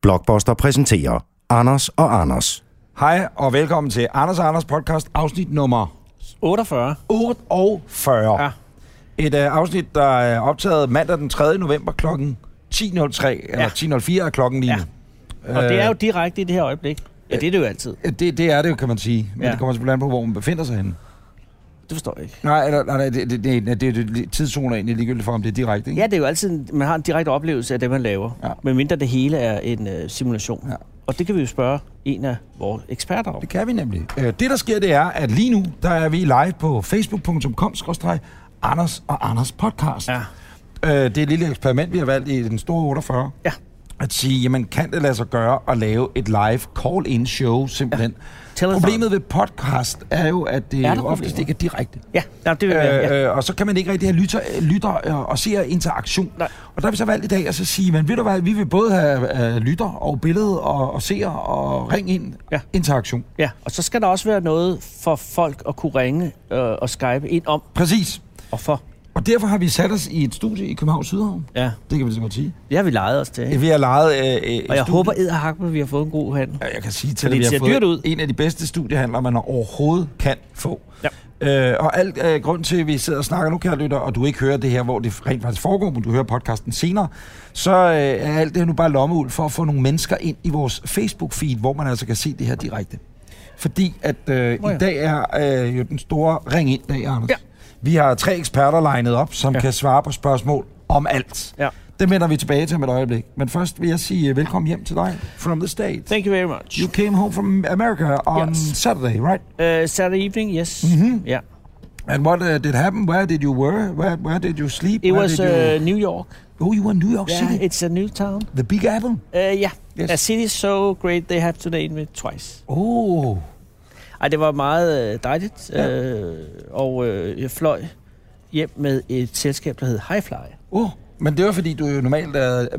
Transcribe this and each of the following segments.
Blockbuster præsenterer Anders og Anders. Hej og velkommen til Anders og Anders podcast, afsnit nummer 48. 48. Ja. Et afsnit, der er optaget mandag den 3. november kl. 10.03, eller 10.04 er klokken lige nu. Og det er jo direkte i det her øjeblik. Ja, det er det jo altid. Det er det jo, kan man sige. Men det kommer selvfølgelig an på, hvor man befinder sig henne. Det forstår jeg ikke. Nej, det er tidszoner egentlig ligegyldigt for, om det er direkte, ikke? Ja, det er jo altid, man har en direkte oplevelse af det, man laver. Ja. Medmindre det hele er en simulation. Ja. Og det kan vi jo spørge en af vores eksperter om. Det kan vi nemlig. Det, der sker, det er, at lige nu, der er vi live på facebook.com/Anders og Anders podcast. Ja. Det er et lille eksperiment, vi har valgt i den store 48. Ja. At sige, jamen kan det lade sig gøre at lave et live call-in show, simpelthen. Ja. Problemet ved podcast er jo, at det jo oftest ikke er direkte. Ja, det vil være. Og så kan man ikke rigtig have lytter og se interaktion. Nej. Og der har vi så valgt i dag at så sige, men ved du hvad, vi vil både have lytter og billede og seere og ring ind interaktion. Ja, og så skal der også være noget for folk at kunne ringe og skype ind om. Præcis. Og for. Og derfor har vi sat os i et studie i Københavns Sydhavn. Ja. Det kan vi så godt sige. Det har vi lejet os til. Vi har lejet og jeg håber edderhakme, vi har fået en god handel. Jeg kan sige til det, vi har fået ud. En af de bedste studiehandler, man overhovedet kan få. Ja. Og alt grund til, at vi sidder og snakker nu, kære lytter, og du ikke hører det her, hvor det rent faktisk foregår, men du hører podcasten senere, så er alt det nu bare lommeuld for at få nogle mennesker ind i vores Facebook-feed, hvor man altså kan se det her direkte. Fordi at i dag er jo den store ring ind dag, Anders. Ja. Vi har 3 eksperter legnet op, som kan svare på spørgsmål om alt. Ja. Det vender vi tilbage til om et øjeblik. Men først vil jeg sige velkommen hjem til dig from the States. Thank you very much. You came home from America on Saturday, right? Saturday evening, yes. Mm-hmm. Yeah. And what did happen? Where did you work? Where did you sleep? It was New York. Oh, you were in New York City? Yeah, it's a new town. The Big Apple? Yeah. Yes. A city so great they have to name it twice. Oh. Ej, det var meget dejligt, og jeg fløj hjem med et selskab, der hed Hi-Fly. Men det var fordi, du jo normalt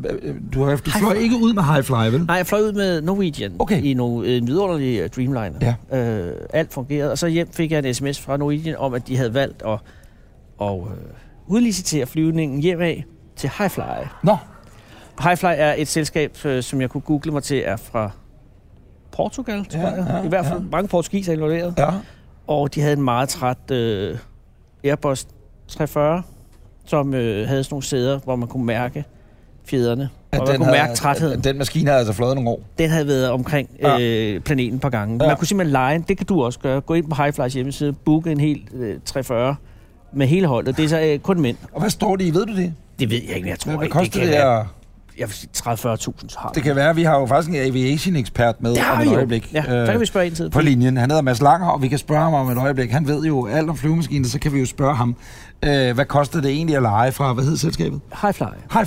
du fløj ikke ud med Hi-Fly, vel? Nej, jeg fløj ud med Norwegian i nogle vidunderlige Dreamliner. Ja. Alt fungerede, og så hjem fik jeg en sms fra Norwegian om, at de havde valgt at udlicitere flyvningen hjem af til Hi-Fly. Nå. Hi-Fly er et selskab, som jeg kunne google mig til, er fra Portugal, tror jeg. I hvert fald mange portugiser involveret. Ja. Og de havde en meget træt Airbus 340, som havde sådan nogle sæder, hvor man kunne mærke fjederne. Og man kunne mærke trætheden. Den maskine havde altså fløjet nogle år. Den havde været omkring planeten et par gange. Man kunne simpelthen leje, det kan du også gøre. Gå ind på Hi-Flys hjemmeside, booke en hel 340 med hele holdet. Det er så kun mænd. Og hvad står det i? Ved du det? Det ved jeg ikke, men jeg tror hvad ikke. Koster det her? Jeg vil sige 30-40.000 har det kan være, vi har jo faktisk en aviation-ekspert med om et øjeblik. Ja, der kan vi spørge en tid på linjen. Han hedder Mads Langer, og vi kan spørge ham om et øjeblik. Han ved jo alt om flyvemaskiner, så kan vi jo spørge ham. Hvad koster det egentlig at lege fra, hvad hedder selskabet? Hi-Fly.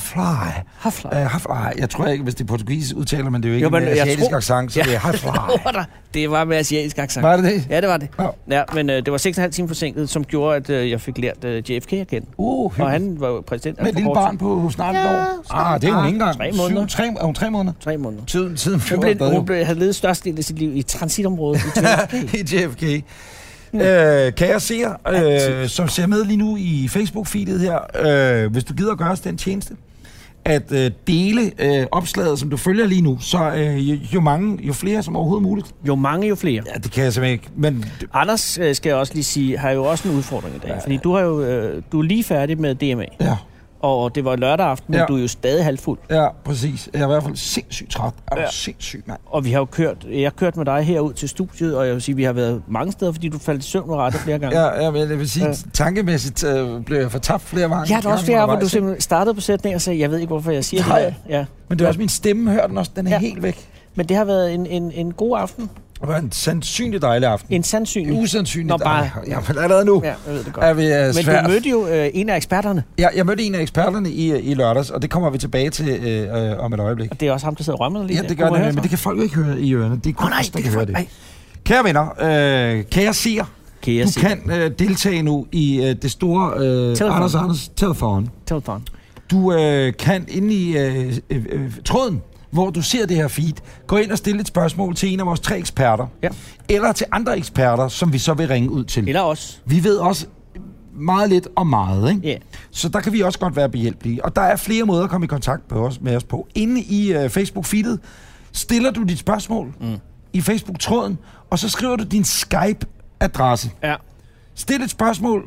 Jeg tror ikke, hvis det er portugisisk udtaler, men det er jo ikke med asiatisk accent, så det er Hi-Fly. Det var med asiatisk accent. Var det det? Ja, det var det. Ja, men det var 6,5 timer forsinket, som gjorde, at jeg fik lært JFK at kende. Og han var jo præsident. Med et lille barn på snart et år. Det er jo ikke engang. 3 måneder. 3 måneder? 3 måneder. Tiden hun havde levet størstedelen af sit liv i transitområdet i JFK. Kære seere, som ser med lige nu i Facebook-feedet her, hvis du gider gøre os den tjeneste, at dele opslaget, som du følger lige nu, så jo flere som overhovedet muligt. Jo mange, jo flere. Ja, det kan jeg simpelthen ikke. Men Anders, skal jeg også lige sige, har jo også en udfordring i dag, fordi du er lige færdig med DMA. Ja. Og det var lørdag aften, men du er jo stadig halvfuld. Ja, præcis. Jeg er i hvert fald sindssygt træt. Sindssygt, mand. Og vi har jo jeg har kørt med dig herud til studiet, og jeg vil sige, vi har været mange steder, fordi du faldt i søvn og rette flere gange. Ja, men jeg vil sige, tankemæssigt blev jeg fortabt flere gange. Ja, der er også flere, hvor du simpelthen startede på sætningen og sagde, jeg ved ikke, hvorfor jeg siger det. Ja. Men det er også min stemme, hører den også, den er helt væk. Men det har været en god aften. Det var en sandsynlig dejlig aften. En sandsynlig? Usandsynlig dejlig. Ja, men allerede nu jeg ved det godt. Men du mødte jo en af eksperterne. Ja, jeg mødte en af eksperterne i lørdags, og det kommer vi tilbage til om et øjeblik. Og det er også ham, der sidder og rømmer lige. Ja, det gør det, men det kan folk jo ikke høre i ørerne. Det er kun os, der kan høre det. Kære venner, kære seere, du kan deltage nu i det store Anders Telefon. Du kan inde i tråden, hvor du ser det her feed, gå ind og stille et spørgsmål til en af vores 3 eksperter. Ja. Eller til andre eksperter, som vi så vil ringe ud til. Eller os. Vi ved også meget lidt og meget, ikke? Yeah. Så der kan vi også godt være behjælpelige. Og der er flere måder at komme i kontakt med os på. Inde i Facebook-feedet stiller du dit spørgsmål i Facebook-tråden, og så skriver du din Skype-adresse. Ja. Stil et spørgsmål,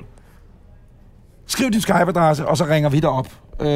skriv din Skype-adresse, og så ringer vi dig op.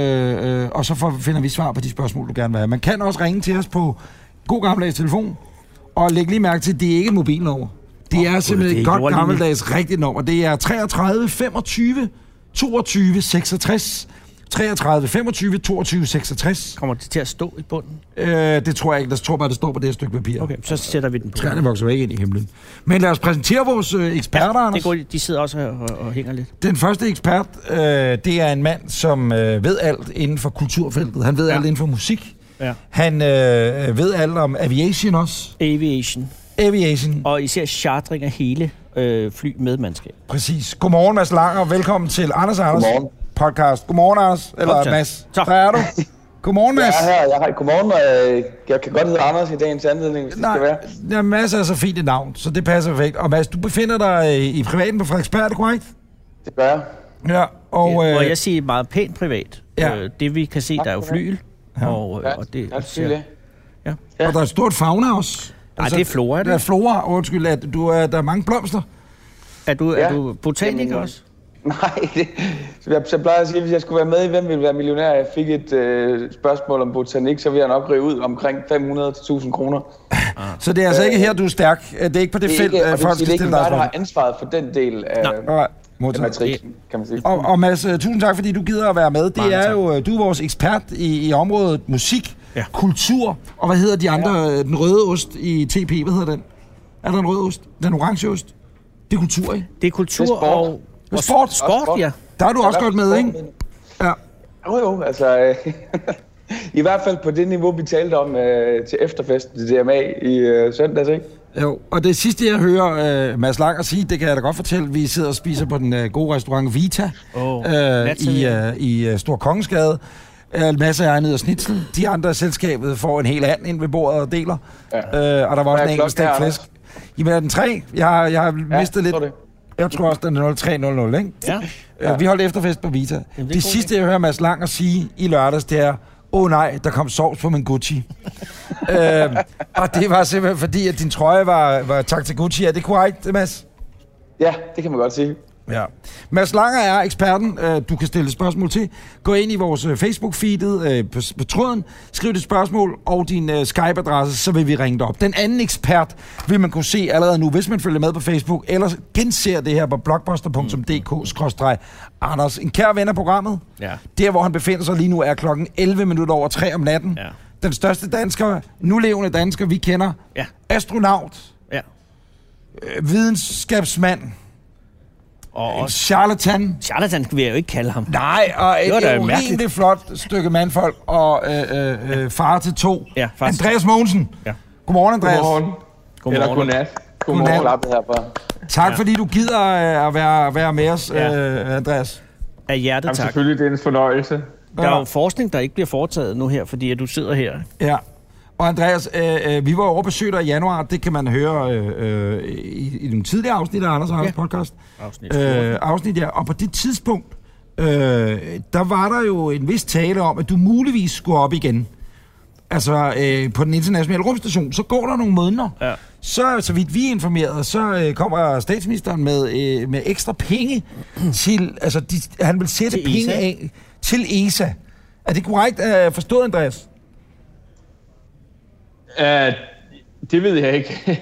Og så finder vi svar på de spørgsmål, du gerne vil have. Man kan også ringe til os på god gammeldags telefon, og læg lige mærke til, at det ikke er et mobilnummer. Det er simpelthen et godt gammeldags rigtigt nummer. Det er 33 25 22 66. 33 25 22 66. Kommer det til at stå i bunden? Det tror jeg ikke. Jeg tror bare, det står på det her stykke papir. Okay, så sætter vi den på. Træerne vokser ikke ind i himlen. Men lad os præsentere vores eksperter, Anders. Det går, de sidder også og hænger lidt. Den første ekspert, det er en mand, som ved alt inden for kulturfeltet. Han ved alt inden for musik. Ja. Han ved alt om aviation også. Aviation. Og især chartring af hele fly med mandskab. Præcis. Godmorgen, Mads Langer, og velkommen til Anders podcast. Godmorgen, Anders. Eller Mads. Der er du. Godmorgen, Mads. Jeg er her. Godmorgen. Jeg kan godt hedde Anders i dagens anledning, hvis det skal være. Ja, Mads er så fint et navn, så det passer perfekt. Og Mads, du befinder dig i privaten på Frederiksberg, er det korrekt? Det gør jeg. Ja, og jeg siger meget pænt privat. Ja. Det vi kan se, der er jo flyl. Ja. Og det er flyl, ja. Og der er et stort fauna også. Nej, det er flora. Det er flora, undskyld. Der er mange blomster. Er du botaniker også? Nej, jeg plejer at sige, at hvis jeg skulle være med i Hvem vil være millionær, jeg fik et spørgsmål om botanik, så ville jeg nok ryge ud omkring 500-1000 kroner. Så det er altså ikke her, du er stærk? Det er ikke på det felt, folk skal stille dig? Det er ikke mig, der har ansvaret for den del af matrikken, kan man sige. Og Mads, tusind tak, fordi du gider at være med. Det er jo, du er vores ekspert i området musik, kultur, og hvad hedder de andre? Den røde ost i TP, hvad hedder den? Er der en rød ost? Den orange ost? Det er kultur, ikke? Det er kultur og sport, ja. Der er du også godt med, ikke? Ja. Jo, altså... I hvert fald på det niveau, vi talte om til efterfesten til DMA i søndags, ikke? Jo, og det sidste, jeg hører Mads Langer sige, det kan jeg da godt fortælle. Vi sidder og spiser på den gode restaurant Vita i Stor Kongensgade. Masser af ned og snitsel. De andre af selskabet får en hel and ind ved bordet og deler. Ja. Og der var også en enkelt stegt flæsk. Jamen er den 3? Jeg har mistet lidt... Jeg tror også, den er 0300, ikke? Ja. Vi holdt efterfest på Vita. Det sidste, jeg hører Mads Langer sige i lørdags, det er, nej, der kom sovs på min Gucci. Og det var simpelthen fordi, at din trøje var tak til Gucci. Er det korrekt, Mads? Ja, det kan man godt sige. Ja. Mads Langer er eksperten, du kan stille spørgsmål til. Gå ind i vores Facebook-feedet på tråden, skriv dit spørgsmål og din Skype-adresse, så vil vi ringe dig op. Den anden ekspert vil man kunne se allerede nu, hvis man følger med på Facebook, eller genser det her på blogbuster.dk/Anders. En kær ven af programmet. Ja. Der, hvor han befinder sig lige nu, er klokken 11:03 om natten. Ja. Den største dansker, nulevende dansker, vi kender. Ja. Astronaut. Ja. Videnskabsmand. Og charlatan. Charlatan vil jeg jo ikke kalde ham. Nej, og et rimelig flot stykke mandfolk og far til 2. Ja, Andreas Mogensen. Ja. Godmorgen, Andreas. Godmorgen. Eller godnat. Godmorgen. Tak, fordi du gider at være med os, Andreas. Af hjertet, tak. Selvfølgelig, det er en fornøjelse. Der er jo forskning, der ikke bliver foretaget nu her, fordi at du sidder her. Ja. Og Andreas, vi var over besøg dig i januar. Det kan man høre i nogle tidligere afsnit af Anders og Anders podcast. Afsnit, ja. Og på det tidspunkt, der var der jo en vis tale om, at du muligvis skulle op igen. Altså på den internationale rumstation. Så går der nogle måneder. Ja. Så vidt vi er informeret, så kommer statsministeren med ekstra penge til... Altså, han vil sætte penge af til ESA. Er det korrekt forstået, Andreas? Det ved jeg ikke.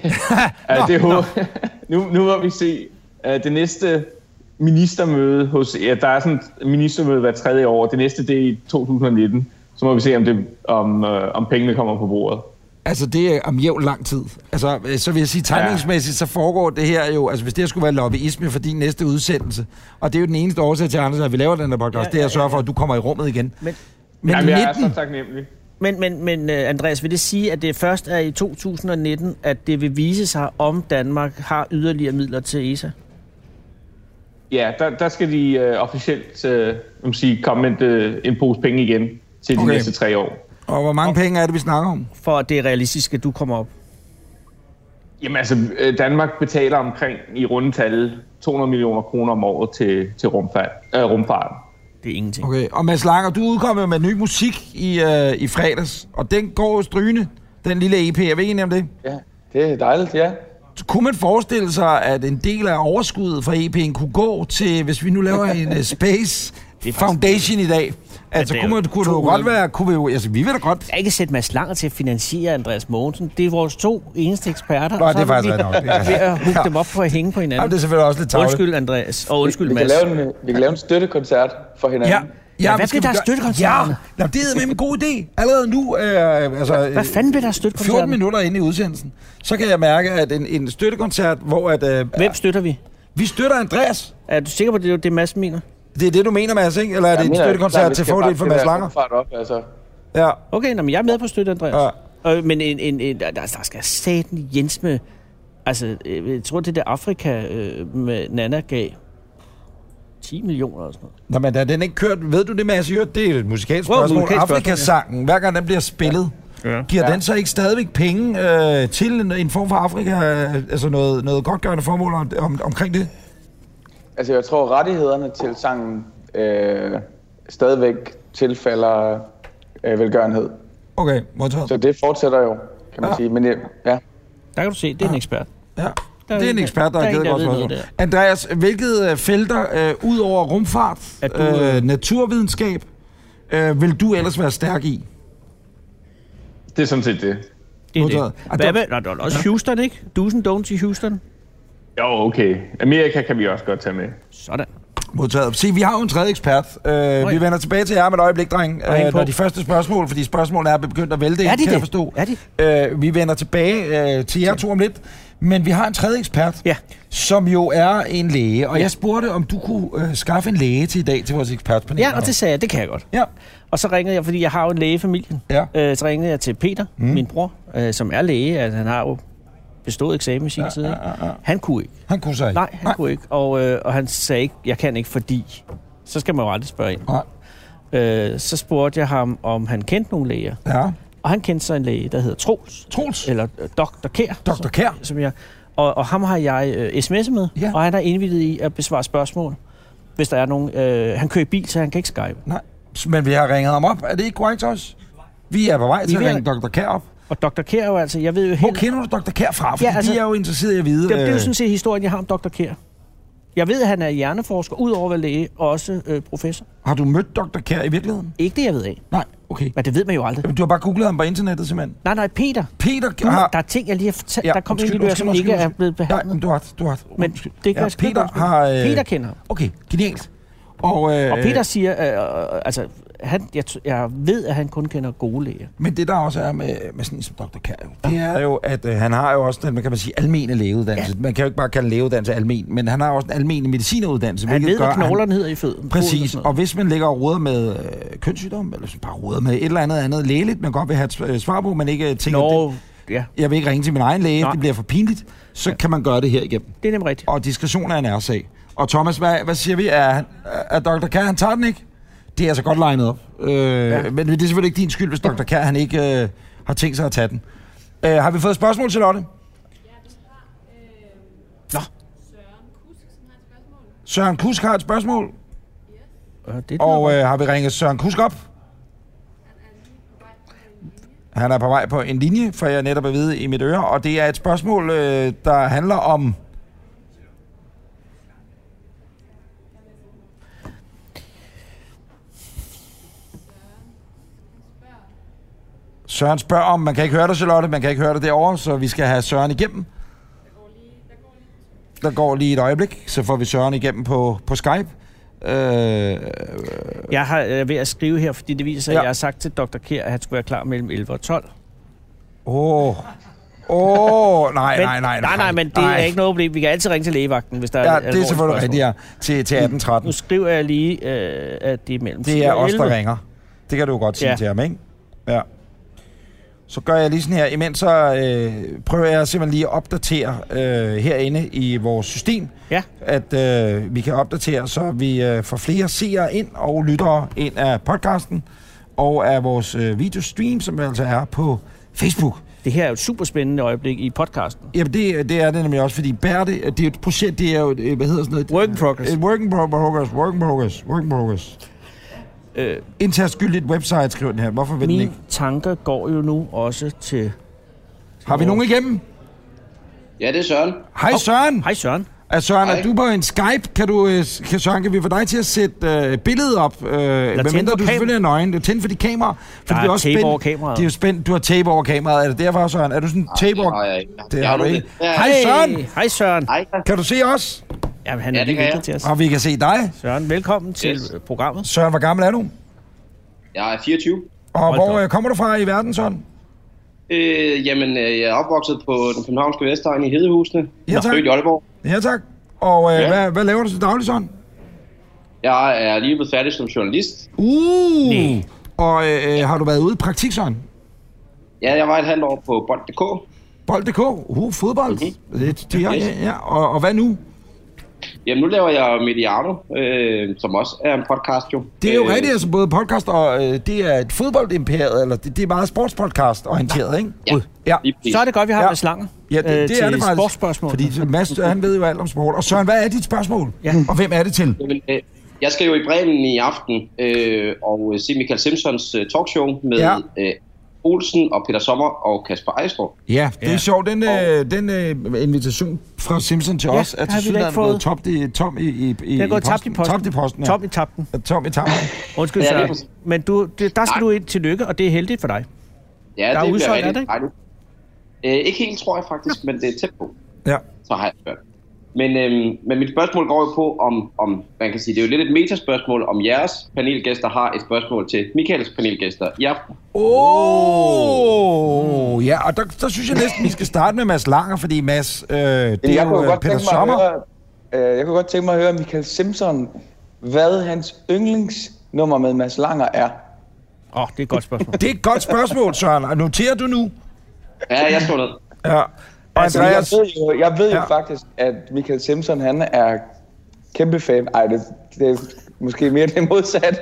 Nu må vi se. Det næste ministermøde hos... Ja, der er sådan et ministermøde hver 3. år. Det næste, det er i 2019. Så må vi se, om pengene kommer på bordet. Altså, det er om jævnt lang tid. Altså, så vil jeg sige, timingsmæssigt, så foregår det her jo... Altså, hvis det skulle være lobbyisme for din næste udsendelse, og det er jo den eneste årsag til, Anders, at vi laver den der podcast, det er at sørge for, at du kommer i rummet igen. Men jeg er så taknemmelig. Men Andreas, vil det sige, at det først er i 2019, at det vil vise sig, om Danmark har yderligere midler til ESA? Ja, der skal de officielt komme med en pose penge igen til de næste 3 år. Og hvor mange penge er det, vi snakker om? For at det er realistisk, at du kommer op. Jamen altså, Danmark betaler omkring i rundetal 200 millioner kroner om året til rumfarten. Det er ingenting. Okay, og Mads Langer, du udkommer med ny musik i fredags, og den går jo strygende, den lille EP. Jeg ved ikke om det. Ja, det er dejligt, ja. Så kunne man forestille sig, at en del af overskuddet fra EP'en kunne gå til, hvis vi nu laver en Space Foundation i dag, altså kunne det jo godt være, altså vi vil da godt. Jeg kan ikke sætte Mads Langer til at finansiere Andreas Mogensen. Det er vores 2 eneste eksperter. Nå, det er faktisk nok. Ved at hugge dem op på at hænge på hinanden. Jamen, det er selvfølgelig også lidt tavligt. Undskyld, Andreas, og undskyld, Mads. Vi kan lave en støttekoncert for hinanden. Ja, hvad bliver der støttekoncerterne? Ja, det er med en god idé. Allerede nu, hvad fanden bliver der støttekoncerten? 14 minutter inde i udsendelsen, så kan jeg mærke, at en støttekoncert, hvor at... Hvem støtter vi? Vi støtter Andreas. Er du sikker på, at det Mads mener? Det er det, du mener, Mads, ikke? Eller er det en støttekoncert til fordel for Mads Langer? Altså. Ja. Okay, men jeg er med på at støtte Andreas. Ja. Men der skal satan Jens med... Altså, jeg tror, det der Afrika med Nana gav 10 millioner og sådan noget. Nå, men da den ikke kørt... Ved du det, Mads? Det er et musikalsk spørgsmål. Afrikasangen, hver gang den bliver spillet, giver den så ikke stadigvæk penge til en form for Afrika? Altså noget godtgørende formål omkring det? Altså, jeg tror, rettighederne til sangen stadigvæk tilfalder velgørenhed. Okay, modtaget. Så det fortsætter jo, kan man sige. Men ja. Der kan du se, det er en ekspert. Ja. Det er en ekspert, der har givet godt spørgsmål. Andreas, hvilket felter ud over rumfart, naturvidenskab, vil du ellers være stærk i? Det er sådan set det. Det er det. Hvad med? Der er også Houston, ikke? Do's and don'ts i Houston. Jo, okay. Amerika kan vi også godt tage med. Sådan. Modtaget. Se, vi har jo en tredje ekspert. Vi vender tilbage til jer med et øjeblik, dreng. Når de første spørgsmål, fordi spørgsmålene er begyndt at vælte, kan jeg forstå. Vi vender tilbage til jer to om lidt. Men vi har en tredje ekspert, som jo er en læge. Og jeg spurgte, om du kunne skaffe en læge til i dag til vores ekspertpanel. Ja, og det sagde jeg, det kan jeg godt. Ja. Og så ringede jeg, fordi jeg har jo en læge i familien. Ja. Så ringede jeg til Peter, min bror, som er læge. Altså, han har jo bestået eksamen i sin tid. Han kunne ikke. Han kunne så ikke? Nej, han kunne ikke. Og han sagde ikke, jeg kan ikke, fordi... Så skal man jo aldrig spørge ind. Så spurgte jeg ham, om han kendte nogle læger. Ja. Og han kendte så en læge, der hedder Troels. Troels? Eller Dr. Kjær. Dr. Kjær? Som jeg, og ham har jeg sms'et med, og han er indvildet i at besvare spørgsmål. Hvis der er nogen... han kører i bil, så han kan ikke Skype. Nej, men vi har ringet ham op. Er det ikke korrekt også? Vi er på vej til at ringe Dr. Kjær op. Og Dr. Kjær er jo altså... Jeg ved jo Hvor kender du Dr. Kjær fra? Fordi de er jo interesseret i at vide... Det er jo sådan set historien, jeg har om Dr. Kjær. Jeg ved, at han er hjerneforsker, udover at være læge, og også professor. Har du mødt Dr. Kjær i virkeligheden? Ikke det, jeg ved af. Nej, okay. Men det ved man jo aldrig. Du har bare googlet ham på internettet, simpelthen? Nej, Peter. Peter der er ting, jeg lige har fortalt. Der kom en som ikke er blevet behandlet. Nej, men du har. Men det kan Peter har... Peter kender ham. Okay, genialt. Og Peter siger, jeg ved, at han kun kender gode læger. Men det der også er med sådan en som Dr. Kjær, det er jo, at han har jo også den, man kan sige, almene lægeuddannelse. Ja. Man kan jo ikke bare kalde lægeuddannelse almen, men han har også en almen medicineruddannelse. Han ved, hvad knoglerne hedder i føden. Præcis, og hvis man ligger og roder med kønssygdom, eller bare roder med et eller andet lægeligt, man godt vil have et svar på, men ikke tænker, jeg vil ikke ringe til min egen læge, det bliver for pinligt, så kan man gøre det her igennem. Det er nemlig rigtigt. Og diskretion er en æresag. Og Thomas, hvad siger vi? Er Dr. Kjær, han tager den ikke? Det er altså godt legnet op. Men det er selvfølgelig ikke din skyld, hvis Dr. Kjær, han ikke har tænkt sig at tage den. Har vi fået spørgsmål til Lotte? Ja, vi Nå. har Søren Kusk, som har et spørgsmål. Søren Kusk har et spørgsmål? Yes. Og har vi ringet Søren Kusk op? Han er på vej på en linje, for jeg netop at vide i mit øre. Og det er et spørgsmål, der handler om... Søren spørger om, man kan ikke høre dig, Charlotte, man kan ikke høre dig derovre, så vi skal have Søren igennem. Der går lige et øjeblik, så får vi Søren igennem på Skype. Jeg har ved at skrive her, fordi det viser sig, at jeg har sagt til Dr. Kjær, at han skulle være klar mellem 11 og 12. Nej, men det er ikke noget problem. Vi kan altid ringe til lægevagten, hvis der er det er selvfølgelig rigtigt, ja. Til 18.13. Nu skriver jeg lige, at det er mellem 10 og 11. Det er os, der ringer. Det kan du godt sige til ham, ikke? Ja. Så gør jeg lige sådan her. Imens så prøver jeg simpelthen lige at opdatere herinde i vores system. Ja. At vi kan opdatere, så vi får flere seere ind og lyttere ind af podcasten og af vores videostream, som altså er på Facebook. det her er jo et super spændende øjeblik i podcasten. Jamen, det er det nemlig også, fordi Bærte, det er jo et projekt, det er jo, hvad hedder sådan noget? Work in progress. Et work in progress. Indtagsgyldigt website, skriver den her. Hvorfor vil den ikke? Mine tanker går jo nu også til Har vi nogen igennem? Ja, det er Søren. Hej Søren. Hej Søren. Søren, er du på en Skype? Søren, kan vi få dig til at sætte billedet op? Medmindre du selvfølgelig er nøgen. Du tænder for de kameraer. Der er tape over kameraet. Det er jo spændt. Du har tape over kameraet. Er det derfor, Søren? Er du sådan tape over? Nej, det har du ikke. Hej Søren. Hej Søren. Hej. Kan du se os? Jamen, han er lige vigtig til os. Og vi kan se dig. Søren, velkommen til programmet. Søren, hvor gammel er du? Jeg er 24. Og hvor kommer du fra i verden, Søren? Jamen, jeg er opvokset på den københavnske Vestegn i Hedehusene. Ja, tak. Født i Aalborg. Ja, tak. Og hvad laver du til daglig, Søren? Jeg er lige blevet færdig som journalist. Nej. Og har du været ude i praktik, Søren? Ja, jeg var et halvt år på Bold.dk. Bold.dk? Fodbold? Mm-hmm. Ja. Og hvad nu? Jamen, nu laver jeg Mediano, som også er en podcast jo. Det er jo rigtigt, altså både podcast og det er et fodboldimperiet, eller det er meget sportspodcast orienteret, ikke? Ja. Så er det godt, vi har med slanger. Ja, det er det faktisk. Sportsspørgsmål. Fordi Mads, han ved jo alt om sport. Og Søren, hvad er dit spørgsmål? Ja. Og hvem er det til? Jamen, jeg skal jo i Bremen i aften og se Michael Simpsons talkshow med Olsen og Peter Sommer og Kasper Ejstrup. Ja, det er sjovt. Den invitation fra Simpson til os er til sydlandet gået tom i posten. Tom i tapten. Tom i tapten. Undskyld, Søren. Men der skal du ind til lykke, og det er heldigt for dig. Ja, der det er udsolgt, bliver rigtig dejligt. Ikke helt, tror jeg faktisk, men det er tæt på. Ja. Så har jeg hørt. Men mit spørgsmål går jo på, om man kan sige, det er jo lidt et metaspørgsmål, om jeres panelgæster har et spørgsmål til Michaels panelgæster i aften. Ja, og der synes jeg næsten, vi skal starte med Mads Langer, fordi Mads, det er jo Peter Sommer. Jeg kunne godt tænke mig at høre Michael Simpson, hvad hans yndlingsnummer med Mads Langer er. Det er et godt spørgsmål. Det er et godt spørgsmål, Søren. Noterer du nu? Ja, jeg står ned. Ja. Altså, jeg ved jo faktisk, at Michael Simpson, han er kæmpe fan. Ej, det er måske mere det modsatte.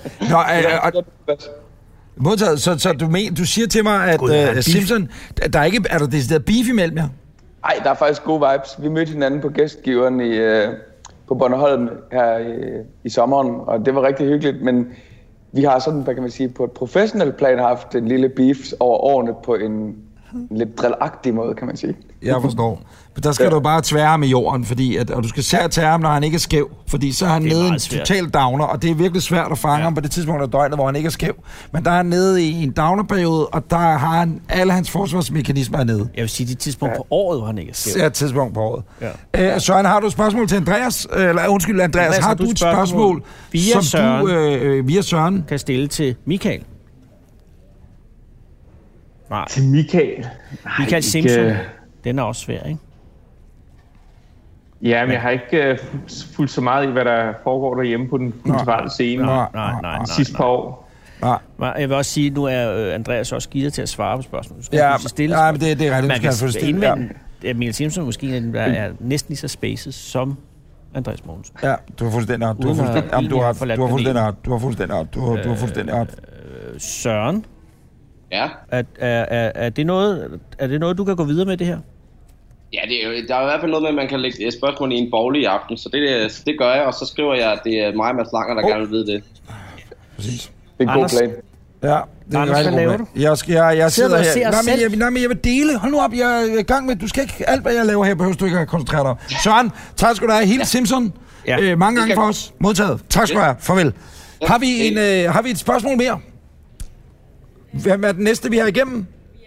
Modtaget, så du siger til mig, at Simpson, er der decideret beef imellem jer? Nej, der er faktisk gode vibes. Vi mødte hinanden på gæstgiveren på Bornholm her i sommeren, og det var rigtig hyggeligt, men vi har sådan, hvad kan man sige, på et professionelt plan haft en lille beef over årene på en lidt drillagtig måde, kan man sige. Jeg forstår. Men der skal du bare tvære med jorden, fordi og du skal tage ham, når han ikke er skæv, fordi så er han nede i en total downer, og det er virkelig svært at fange ham på det tidspunkt af døgnet, hvor han ikke er skæv. Men der er han nede i en downerperiode, og der har han alle hans forsvarsmekanismer er nede. Jeg vil sige, det tidspunkt på året, hvor han ikke er skæv. Ja, tidspunkt på året. Ja. Søren, har du et spørgsmål til Andreas? Andreas, har du et spørgsmål, som Søren, du via Søren kan stille til Michael? Nej. Til Michael? Michael Simpson. Den er også svær, ikke? Ja, men jeg har ikke fulgt så meget i, hvad der foregår derhjemme på den kulturelle scene. Nej. Sidste par år. Jeg vil også sige, at nu er Andreas også givet til at svare på spørgsmålet. Men det er rigtigt. Man kan indvende, at Michael Simpson måske er næsten lige så spacet som Andreas Mogensen. Ja, du har fuldstændig ret. Søren? Ja. Er det noget, du kan gå videre med det her? Ja, der er i hvert fald noget med, at man kan lægge et spørgsmål i en bogle i aften, så det gør jeg, og så skriver jeg, at det er mig og Mads Langer, der gerne vil vide det. Præcis. Det er en god plan. Ja, det er Anders, hvad laver du? Jeg sidder her. Jeg vil dele. Hold nu op, jeg er i gang med. Du skal ikke alt, hvad jeg laver her, behøver du ikke at koncentrere dig. Søren, tak skal du have. Helt Simpson. Mange gange for os. Modtaget. Tak skal du have. Farvel. Har vi et spørgsmål mere? Hvem er den næste, vi har igennem?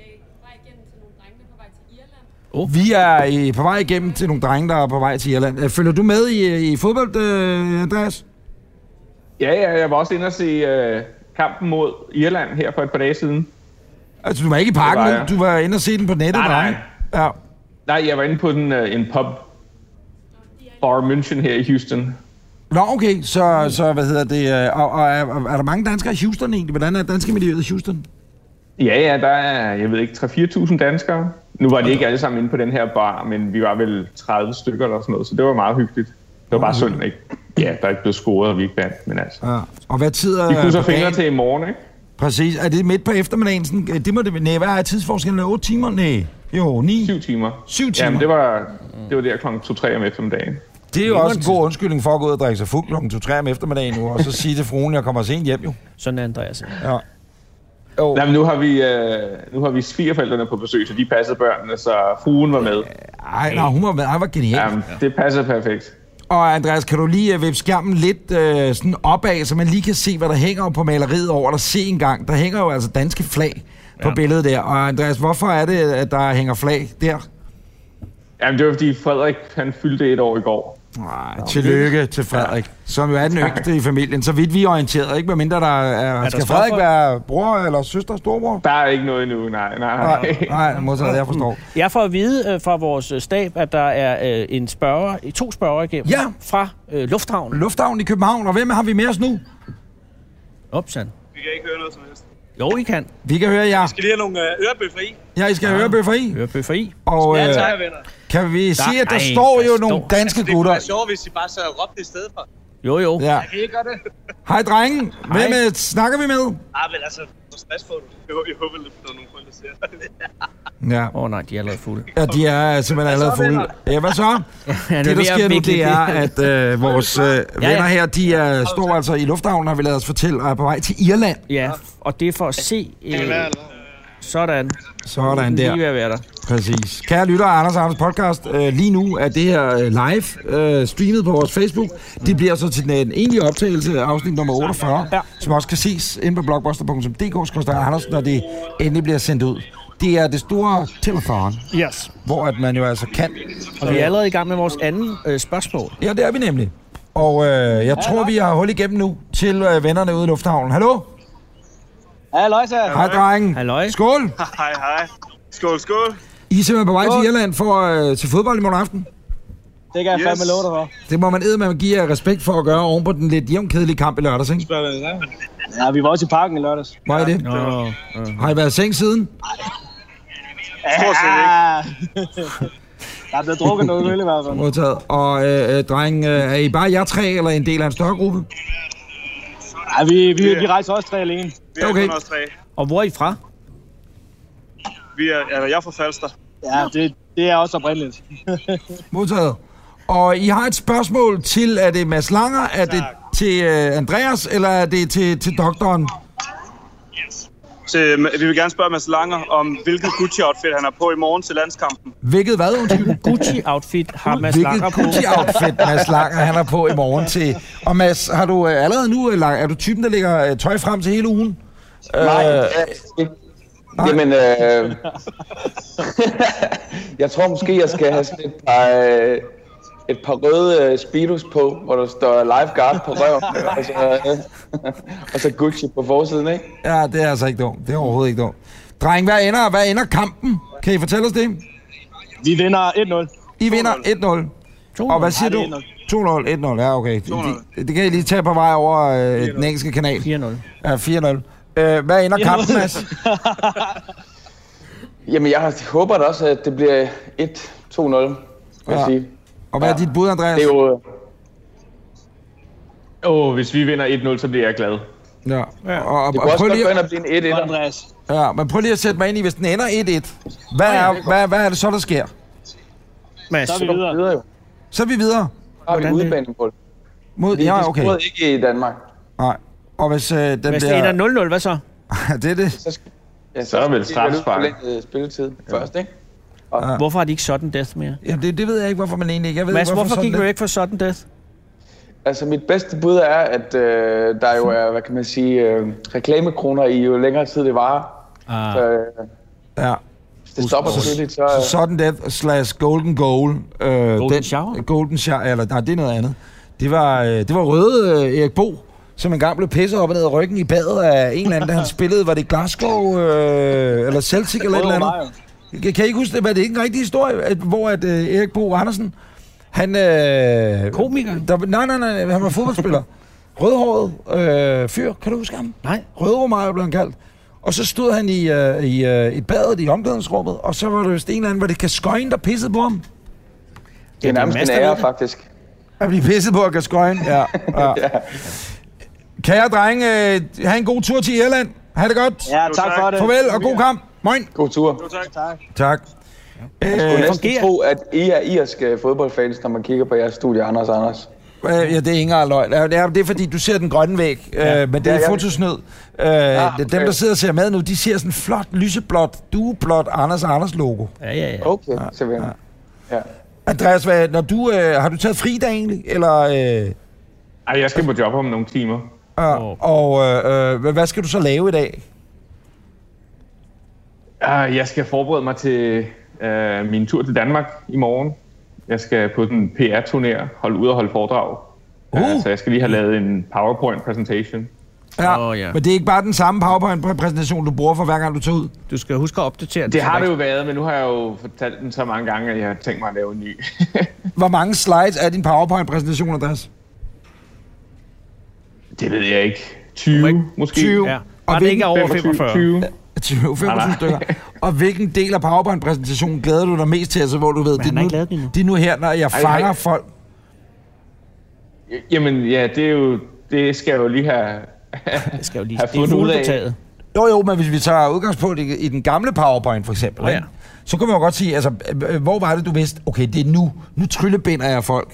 Vi er på vej igennem til nogle drenge, der er på vej til Irland. Følger du med i fodbold, Andreas? Ja, jeg var også inde og se kampen mod Irland her for et par dage siden. Altså, du var ikke i parken, men du var inde og se den på nettet? Nej. Ja. Nej, jeg var inde på en pub, Bar München her i Houston. Nå, okay, så hvad hedder det? Og er der mange danskere i Houston egentlig? Hvordan er danske miljøet i Houston? Ja, der er, jeg ved ikke, 3-4.000 danskere. Nu var de ikke alle sammen inde på den her bar, men vi var vel 30 stykker eller sådan noget, så det var meget hyggeligt. Det var bare synd, ikke? Ja, der er ikke blevet scoret, og vi ikke vandt, men altså. Ja. Og hvad tid er vi krydser fingre til i morgen, ikke? Præcis. Er det midt på eftermiddagen? Sådan, det må det... Nej, hvad er tidsforskellen? 8 timer? Nej. Jo, 9. 7 timer. 7 timer. Jamen, det var der klokken 2-3 om eftermiddagen. Det er jo også en god undskyldning for at gå ud og drikke sig fuld klokken 2-3 om eftermiddagen nu, og så sige til fruen, at jeg kommer sent hjem jo. Sådan er Andreas. Ja. Jamen, nu har vi svigerforældrene på besøg, så de passede børnene, så fruen var med. Ej, hun var med. Ej, var genial. Jamen, det passer perfekt. Og Andreas, kan du lige vippe skærmen lidt sådan opad, så man lige kan se, hvad der hænger på maleriet over der? Se engang. Der hænger jo altså danske flag på billedet der. Og Andreas, hvorfor er det, at der hænger flag der? Jamen, det var fordi Frederik, han fyldte 1 år i går. Nej, tillykke til Frederik, som jo er den yngste i familien. Så vidt vi er orienteret, ikke? Medmindre der er skal Frederik være bror eller søster, storbror? Der er ikke noget endnu, nej. Nej, modtaget, jeg forstår. Jeg får at vide fra vores stab, at der er to spørgere igennem fra Lufthavnen. Lufthavnen i København, og hvem har vi med os nu? Opsand. Vi kan ikke høre noget som helst. Jo, I kan. Vi kan høre jer. Vi skal lige have nogle ørebøffer i. Ja, I skal have ørebøffer i. Ørebøffer i. Og Ja, tak, venner. kan vi sige, at der står jo nogle danske Det kunne gutter. være sjovt, hvis I bare så råbte i stedet for. Jo. Ja. Jeg kan ikke gøre det. Hej, drenge. Hvem snakker vi med? Men altså, hvor stress får du? Jeg håber, at der er nogle folk, der ser. Ja. Nej, de er allerede fulde. Ja, de er simpelthen allerede fulde. Ja, hvad så? Det, der sker nu, det er, at vores venner her, de står altså i lufthavnen, har vi ladet os fortælle, og er på vej til Irland. Ja, og det er for at se... Sådan. Sådan der. Lige ved at være der. Præcis. Kære lytter af Anders podcast, lige nu er det her live streamet på vores Facebook. Det bliver så til den egentlige optagelse af afsnit nummer 48, som også kan ses inde på blogbuster.dk/Anders, når det endelig bliver sendt ud. Det er det store telefon, hvor at man jo altså kan... Og vi er allerede i gang med vores anden spørgsmål. Ja, det er vi nemlig. Og jeg tror, vi har hul igennem nu til vennerne ude i lufthavnen. Hallo? Halløj, så. Hej, drengen. Halløj. Skål. Hej. Skål. I er simpelthen på vej til Irland for til fodbold i morgen aften. Det kan jeg fandme love dig for. Det må man eddermame give jer respekt for at gøre oven på den lidt jævnkedelige kamp i lørdags, ikke? Ja, vi var også i parken i lørdags. Var I det? Har I været i seng siden? Stort set ikke. Der er blevet drukket noget øl i hvert fald. Modtaget. Og dreng, er I bare jer 3 eller en del af en større gruppe? Ja, vi rejser også 3 alene. Vi er kun også 3. Og hvor er I fra? Jeg er fra Falster. Ja, det er også oprindeligt. Modtaget. Og I har et spørgsmål til, er det Mads Langer, er det til Andreas, eller er det til doktoren? Vi vil gerne spørge Mads Langer om, hvilket Gucci-outfit han har på i morgen til landskampen. Hvilket hvad, undskyld? Gucci-outfit har Mads Langer på. Hvilket Gucci-outfit Mads Langer han har på i morgen til... Og Mads, har du allerede nu... Er du typen, der lægger tøj frem til hele ugen? Nej, jamen... jeg tror måske, jeg skal have sådan et par røde Speedos på, hvor der står lifeguard på røven, og så Gucci på forsiden, ikke? Ja, det er altså ikke dumt. Det er overhovedet ikke dumt. Dreng, hvad ender kampen? Kan I fortælle os det? Vi vinder 1-0. I vinder 1-0. Og hvad siger du? 2-0, 1-0. Ja, okay. Det kan I lige tage på vej over den engelske kanal. 4-0. Ja, 4-0. Hvad ender kampen, Mads? Jamen, jeg håber da også, at det bliver 1-2-0, vil jeg sige. Og hvad er dit bud, Andreas? Det er jo... Hvis vi vinder 1-0, så bliver jeg glad. Ja. Og det kunne også godt gå ind og blive en 1-1. Andreas. Ja, men prøv lige at sætte mig ind i, hvis den ender 1-1. Hvad er det så, der sker? Mads. Så er vi videre. Så er vi videre. Så har vi udebanemål. Ja, okay. Vi scorede ikke i Danmark. Nej. Og hvis den hvis det ender 0-0, hvad så? det er det. Så er vel strafspark. Spilletid først, ikke? Ja. Hvorfor har de ikke sudden death mere? Jamen, det ved jeg ikke, hvorfor man egentlig ikke... Jeg ved Mads, ikke, hvorfor gik du ikke for sudden death? Altså, mit bedste bud er, at der jo er, hvad kan man sige, reklamekroner i jo længere tid det varer. Så, ja. Hvis det stopper tidligt, så... Sudden death / golden goal. Golden shower? Golden shower, eller nej, det er noget andet. Det var røde Erik Bo, som engang blev pisset op og ned af ryggen i badet af en eller anden, der han spillede. Var det Glasgow, eller Celtic, eller et eller andet? Kan I ikke huske det? Var det ikke en rigtig historie, hvor at Erik Bo Andersen, han... Komiker? Nej, han var fodboldspiller. Rødhåret fyr, kan du huske ham? Nej. Rødhåret blev han kaldt. Og så stod han i badet i omklædningsrummet, og så var det vist en eller anden, var det Gascoigne, der pissede på ham? Det er nærmest en ære, faktisk. At blive pisset på af Gascoigne? Ja. Ja. Kære drenge, have en god tur til Irland. Ha' det godt. Ja, tak for det. Farvel og god kamp. Moin. God tur. Jo, tak. Tak. Jeg skulle næsten tro, at I er irske fodboldfans, når man kigger på jeres studie, Anders. Ja, det er Inger løgn. Det er fordi, du ser den grønne væg, men det er fotosnød. Okay. Dem, der sidder og ser med nu, de ser sådan flot, lyseblåt, dueblåt Anders logo. Ja. Okay, selvfølgelig. Ja. Andreas, når du, har du taget fri dag egentlig? Eller, Ej, jeg skal på job om nogle timer. Og hvad skal du så lave i dag? Jeg skal forberede mig til min tur til Danmark i morgen. Jeg skal på den PR-turnér, holde ud og holde foredrag. Så jeg skal lige have lavet en PowerPoint-presentation. Ja, men det er ikke bare den samme PowerPoint-præsentation, du bruger for hver gang du tager ud? Du skal huske at opdatere den. Det har det jo været, men nu har jeg jo fortalt den så mange gange, at jeg har tænkt mig at lave en ny. Hvor mange slides er din PowerPoint-præsentation, Andreas? Det ved jeg ikke. 20 måske. 20. Ja. Og det ikke er over 45. 25 stykker. Og hvilken del af PowerPoint-præsentationen glæder du dig mest til? Altså, hvor du ved, det er nu her, når jeg fanger folk. Jamen, ja, det skal jeg jo lige have fundet ud af. Jo, men hvis vi tager udgangspunkt i den gamle PowerPoint for eksempel, ikke? Så kan man jo godt sige, altså, hvor var det, du vidste, okay, det er nu tryllebinder jeg folk.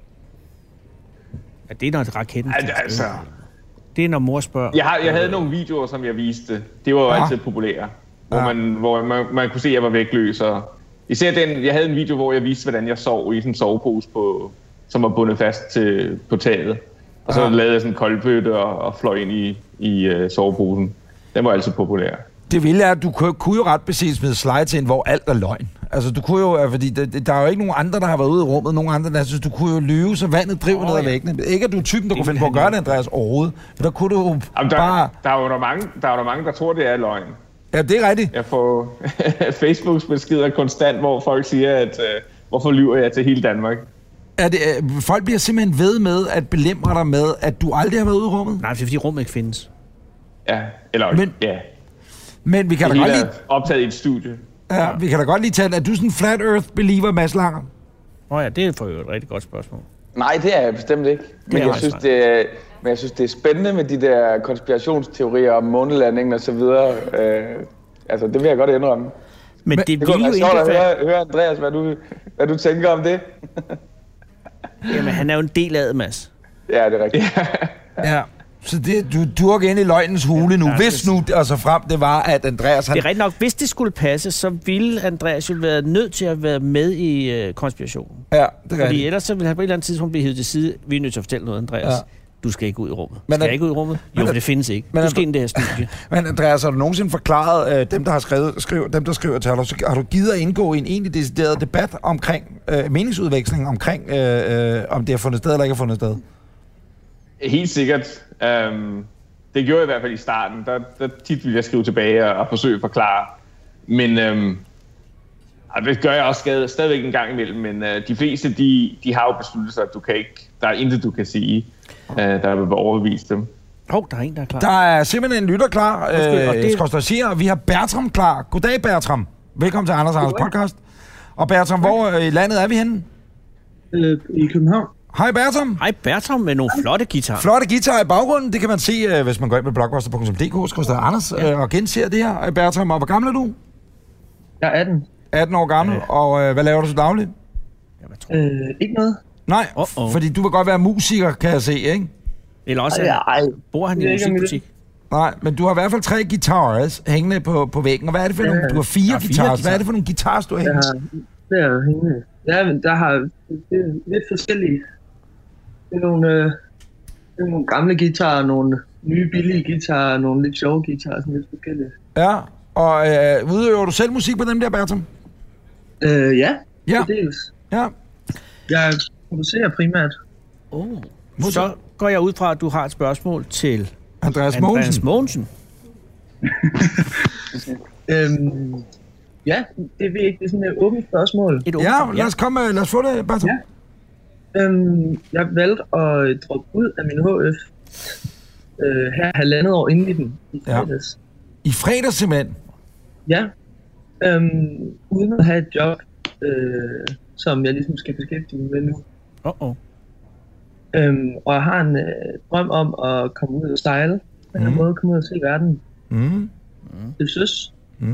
Ja, det er når raketten. Altså, det er når mor spørger. Jeg havde nogle videoer, som jeg viste. Det var jo altid populære. Hvor man kunne se, at jeg var vægtløs. Og især jeg havde en video, hvor jeg viste, hvordan jeg sov i sådan en sovepose, som var bundet fast på taget. Og så lavede jeg sådan en koldbøtte og fløj ind i soveposen. Den var altid populær. Det vilde er, at du kunne jo ret beset smide slides ind, hvor alt er løgn. Altså, du kunne jo, fordi der er jo ikke nogen andre, der har været ude i rummet, nogen andre, der synes, du kunne jo lyve, så vandet driver ned ad væggene. Ikke, at du er typen, der kunne finde på at gøre det, Andreas, overhovedet. Men der kunne du jo bare... Der er jo mange, der tror, det er løgn. Ja, det er rigtigt. Jeg får Facebooks beskeder konstant, hvor folk siger, at hvorfor lyver jeg til hele Danmark? Folk bliver simpelthen ved med at belemre dig med, at du aldrig har været ude i rummet? Nej, det er fordi rummet ikke findes. Ja, eller Men vi kan da godt lige... optaget i et studie. Ja, vi kan da godt lige tage... Er du sådan en flat earth believer, Mads Langer? Ja, det er for et rigtig godt spørgsmål. Nej, det er jeg bestemt ikke. Men jeg synes, det er spændende med de der konspirationsteorier om månelandingen og så videre. Altså, det vil jeg godt indrømme. Men det vil jo ikke... Høre Andreas, hvad du tænker om det. Jamen, han er jo en del af det, Mads. Ja, det er rigtigt. Ja. Så du durker ind i løgnens hule nu, hvis nu altså frem det var, at Andreas... Det er rigtigt nok, hvis det skulle passe, så ville Andreas jo være nødt til at være med i konspirationen. Ja, det er fordi ellers så ville han på et eller andet tidspunkt blive hævet til side. Vi er nødt til at fortælle noget, Andreas. Ja. Du skal ikke ud i rummet. Skal jeg ikke ud i rummet? Jo, det findes ikke. Du skal ind i det her studie. Men Andreas, har du nogensinde forklaret dem, der har skriver til dig, har du givet at indgå i en egentlig decideret debat omkring meningsudveksling omkring, om det har fundet sted eller ikke har fundet sted? Helt sikkert. Det gjorde jeg i hvert fald i starten. Der tit ville jeg skrive tilbage og forsøge at forklare. Men det gør jeg også stadigvæk en gang imellem. Men de fleste, de har jo besluttet sig, at du kan ikke, der er intet, du kan sige, der vil overbevise dem. Der er en, der er klar. Der er simpelthen en lytter klar. Vi har Bertram klar. Goddag, Bertram. Velkommen til Anders podcast. Og Bertram, hvor i landet er vi henne? I København. Hej Bertram. Hej Bertram med nogle flotte guitarer. Flotte guitarer i baggrunden, det kan man se, hvis man går ind på blockbuster.dk, Anders, og genser det her. Bertram, og hvor gammel er du? Jeg er 18. 18 år gammel, og hvad laver du så dagligt? Ikke noget. Nej, fordi du vil godt være musiker, kan jeg se, ikke? Eller også bor han i en musikbutik. Nej, men du har i hvert fald 3 guitars hængende på væggen, og hvad er det for nogle? Du har 4 guitars. Hvad er det for nogle guitars, du har hængende? Det er hængende. Ja, men der har lidt forskellige. Det er nogle gamle guitarer, nogle nye billige guitarer, nogle lidt sjove guitarer, sådan lidt forskellige. Ja, og udøver du selv musik på dem der, Bertram? Ja, dels. Ja. Jeg producerer primært. Så går jeg ud fra, at du har et spørgsmål til Andreas Mogensen. Ja, det ved jeg ikke. Det er sådan et åbent spørgsmål. Lad os få det, Bertram. Ja. Jeg valgte at droppe ud af min HF her 1,5 år inden i den, i fredags. I fredags simpelthen? Ja. Uden at have et job, som jeg ligesom skal beskæftige mig med nu. Og jeg har en drøm om at komme ud og style. På en måde komme ud og se verden. Det synes.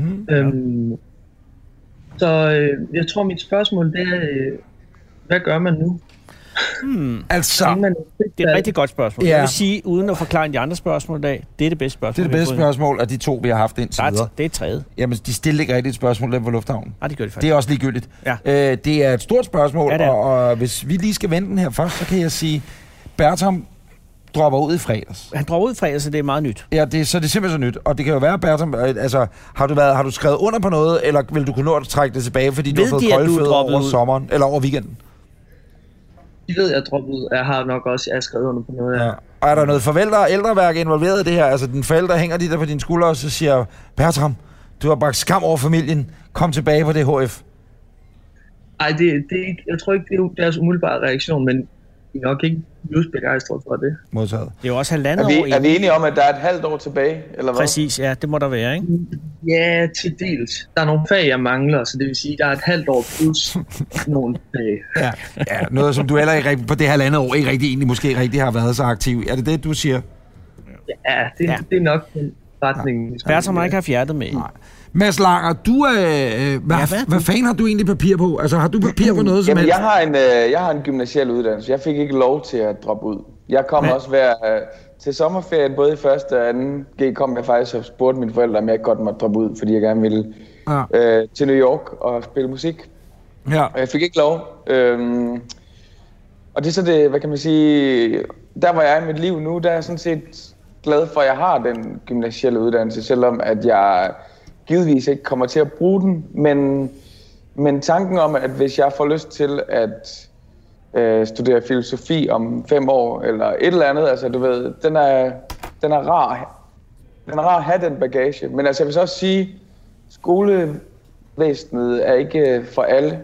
Så jeg tror, mit spørgsmål det er, hvad gør man nu? Altså, det er et rigtig godt spørgsmål. Jeg vil sige, uden at forklare de andre spørgsmål i dag, det er det bedste spørgsmål. Det er det bedste spørgsmål af de 2, vi har haft indtil videre. Det er tredje. Jamen, de stiller ikke rigtigt et spørgsmål der på lufthavnen. Nej, det gør de faktisk. Det er også ligegyldigt. Ja. Det er et stort spørgsmål, og hvis vi lige skal vende den her først, så kan jeg sige, Bertram dropper ud i fredags. Han dropper ud i fredags, så det er meget nyt. Ja, så det er simpelthen så nyt. Og det kan jo være, Bertram, altså, har du skrevet under på noget, eller vil du kunne nå at trække det tilbage, fordi du har fået kolde fødder over sommeren, eller over weekenden? De ved, jeg droppet ud. Jeg har nok også skrevet under på noget. Ja. Og er der noget forældre- og ældreværk involveret i det her? Altså, dine forældre hænger de der på dine skuldre, og så siger, Bertram, du har bragt skam over familien. Kom tilbage på det HF. Ej, det er ikke, jeg tror ikke, det er deres umiddelbare reaktion, men de er nok ikke just begejstret for det. Modtaget. Det er jo også halvandet år. Er vi enige om, at der er et halvt år tilbage, eller hvad? Præcis, ja, det må der være, ikke? Ja, til dels. Der er nogle fag, jeg mangler, så det vil sige, der er et halvt år plus nogle fag. Ja, noget som du heller ikke på det halvandet år ikke rigtig egentlig måske rigtig har været så aktiv. Er det det, du siger? Ja, det er nok den retning. Bertram har ikke haft hjertet med. Nej. Mads Langer, du hvad fanden har du egentlig papir på? Altså, har du papir på noget som helst? Jeg har en gymnasial uddannelse. Jeg fik ikke lov til at droppe ud. Jeg kom også til sommerferien, både i første og anden G, kom jeg faktisk og spurgte mine forældre, om jeg ikke godt måtte droppe ud, fordi jeg gerne ville til New York og spille musik. Ja. Og jeg fik ikke lov. Og det er så det, hvad kan man sige, der hvor jeg er i mit liv nu, der er jeg sådan set glad for, at jeg har den gymnasielle uddannelse, selvom at jeg givetvis ikke kommer til at bruge den, men tanken om, at hvis jeg får lyst til at studere filosofi om 5 år, eller et eller andet, altså du ved, den er rar. Den er rar at have den bagage. Men altså jeg vil så også sige, skolevæsenet er ikke for alle,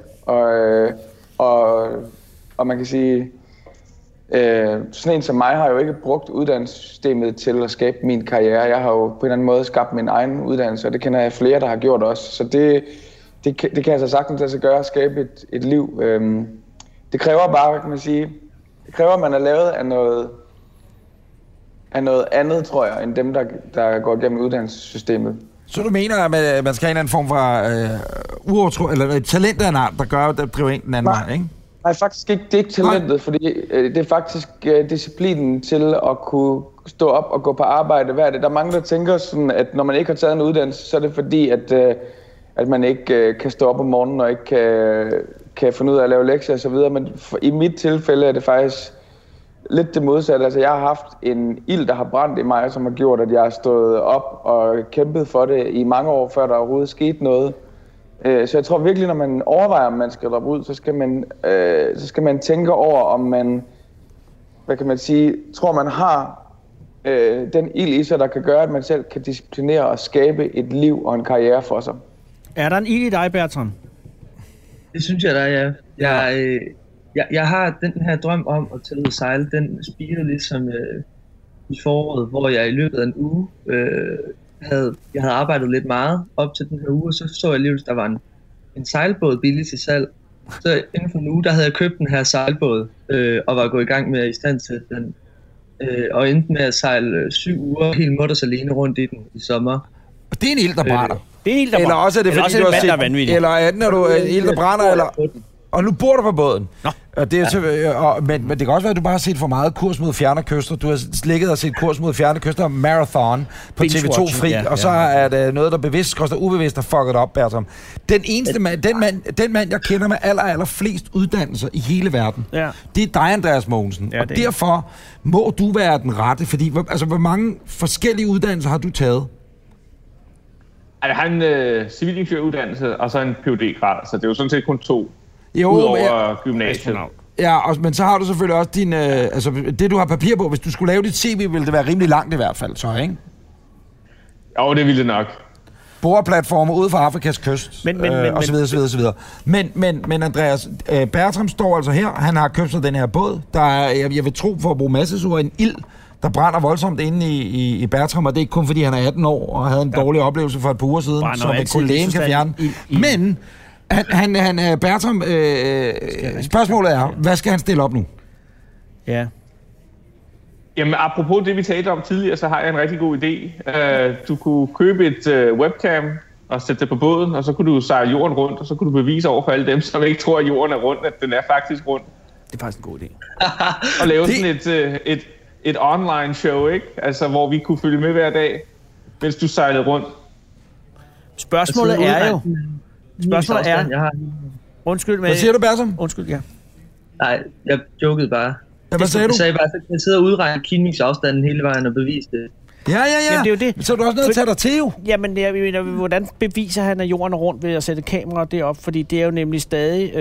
og man kan sige, sådan en som mig har jo ikke brugt uddannelsessystemet til at skabe min karriere. Jeg har jo på en eller anden måde skabt min egen uddannelse, og det kender jeg flere, der har gjort også. Så det kan altså sagtens lade sig gøre at skabe et liv. Det kræver bare, kan man sige, det kræver, at man er lavet af noget andet, tror jeg, end dem, der går igennem uddannelsessystemet. Så du mener, at man skal have en anden form for eller et talent af en art, der driver en den anden vej, ikke? Nej, faktisk ikke. Det er ikke talentet, fordi det er faktisk disciplinen til at kunne stå op og gå på arbejde hver dag. Der er mange, der tænker sådan, at når man ikke har taget en uddannelse, så er det fordi, at man ikke kan stå op om morgenen og ikke kan finde ud af at lave lektier og så videre. Men i mit tilfælde er det faktisk lidt det modsatte. Altså, jeg har haft en ild, der har brændt i mig, som har gjort, at jeg har stået op og kæmpet for det i mange år, før der overhovedet skete noget. Så jeg tror virkelig, når man overvejer, om man skal droppe ud, så skal man tænke over, om man, hvad kan man sige, tror man har den ild i sig, der kan gøre, at man selv kan disciplinere og skabe et liv og en karriere for sig. Er der en ild i dig, Bertram? Det synes jeg, der er, ja. Jeg har den her drøm om at tage ud og sejle. Den spirede ligesom i foråret, hvor jeg i løbet af en uge jeg havde arbejdet lidt meget op til den her uge, og så jeg lige, at der var en sejlbåd billig til salg. Så inden for en uge, der havde jeg købt den her sejlbåd, og var gået i gang med at istandsætte den. Og endte med at sejle 7 uger helt mutters alene rundt i den i sommer. Og det er en ild, der brænder. Det er en ild, der brænder. Eller også er det, fordi du har set, eller er du en ild, der brænder, eller... Og nu bor du på båden. Og det er men det kan også være, at du bare har set for meget Kurs mod fjerne kyster. Du har slikket og set Kurs mod fjerne kyster Marathon på TV2 Fri, og så er det noget, der bevidst, koster ubevidst, der fucket op, Bertram. Den eneste den mand, jeg kender med aller flest uddannelser i hele verden, det er dig, Andreas Mogensen. Og derfor må du være den rette, fordi altså, hvor mange forskellige uddannelser har du taget? Jeg har en civilingeniøruddannelse og så en PhD-grad, så det er jo sådan set kun 2. Jo, udover gymnasiet. Ja, men så har du selvfølgelig også din... det, du har papir på. Hvis du skulle lave dit CV, ville det være rimelig langt i hvert fald, så, ikke? Jo, det ville det nok. Boreplatformer ude for Afrikas kyst, og så videre. Men Andreas, Bertram står altså her. Han har købt sig den her båd. Der er, jeg vil tro, for at bruge massesord, en ild, der brænder voldsomt inde i Bertram, og det er ikke kun, fordi han er 18 år og havde en dårlig oplevelse for et par uger siden, som en kollega kan fjerne. Men... Bertram, spørgsmålet er, hvad skal han stille op nu? Ja. Jamen, apropos det, vi talte om tidligere, så har jeg en rigtig god idé. Du kunne købe et webcam og sætte det på båden, og så kunne du sejle jorden rundt, og så kunne du bevise over for alle dem, som ikke tror, at jorden er rund, at den er faktisk rund. Det er faktisk en god idé. Og lave sådan et online show, ikke? Altså, hvor vi kunne følge med hver dag, mens du sejlede rundt. Spørgsmålet er jo... Undskyld, hvad siger du, Bertram? Undskyld, ja. Nej, jeg jokede bare. Ja, hvad sagde du? Jeg sagde bare, at jeg sidder og udregne kilningsafstanden hele vejen og bevise det. Ja. Jamen, det er jo det. Så er du også nødt til at tage dig til, jo. Jamen, jeg mener, hvordan beviser han, at jorden er rundt ved at sætte kameraer derop? Fordi det er jo nemlig stadig...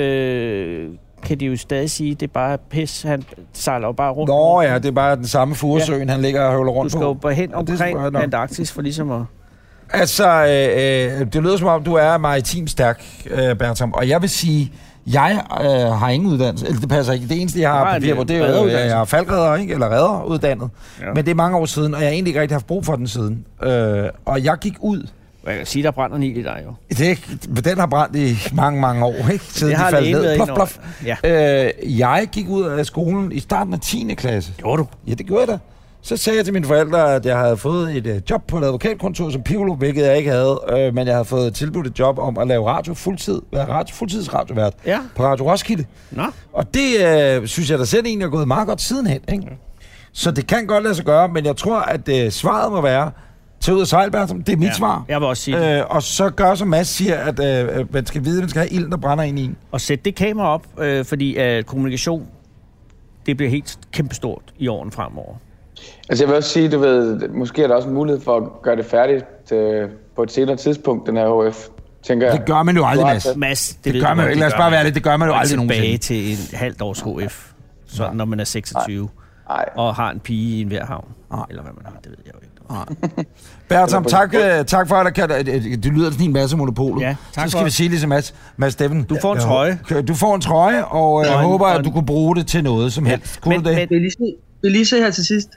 kan de jo stadig sige, det er bare pis, han sejler jo bare rundt. Nå ja, det er bare den samme Furesøen, han ligger og høvler rundt på. Du skal jo bare hen omkring Antarktis for ligesom at... Altså, det lyder som om, du er maritim stærk, Bertram, og jeg vil sige, jeg har ingen uddannelse, eller det passer ikke. Det eneste, jeg har papir på, det er jo, jeg er falkredder, ikke? Eller redderuddannet. Ja. Men det er mange år siden, og jeg har egentlig ikke rigtig haft brug for den siden. Og jeg gik ud. Jeg kan sige, der brænder en ild i dig jo. Den har brændt i mange år, ikke? Siden det har de faldt ned. Plof. Ja. Jeg gik ud af skolen i starten af 10. klasse. Gjorde du? Ja, det gjorde jeg da. Så sagde jeg til mine forældre, at jeg havde fået et job på et advokatkontor som piccolo, hvilket jeg ikke havde, men jeg havde fået tilbudt et job om at lave radio fuldtid, være fuldtidsradiovært på Radio Roskilde. Nå. Og det synes jeg da selv egentlig er gået meget godt sidenhen, ikke? Så det kan godt lade sig gøre, men jeg tror, at svaret må være, tag ud og sejl, Bertram. Det er mit svar. Jeg vil også sige det. Og så gør, som Mads siger, at man skal vide, at man skal have ilden, der brænder ind i en. Og sæt det kamera op, fordi kommunikation, det bliver helt kæmpestort i årene fremover. Altså jeg vil også sige, du ved, måske er der også en mulighed for at gøre det færdigt på et senere tidspunkt, den her HF, tænker jeg. Det gør man jo aldrig, Mads. Det gør man jo ikke. Lad os bare være det gør man jo aldrig tilbage nogensinde. til en halvt års HF, sådan når man er 26 og har en pige i en hver havn. Eller hvad man har, det ved jeg jo ikke. Bertram, tak for, at det lyder sådan en masse monopoler. Ja, så skal vi sige ligesom Mads Steffen. Du får en trøje. Du får en trøje, og jeg håber, at du kunne bruge det til noget som helst. Kunne du det? Vil lige se her til sidst?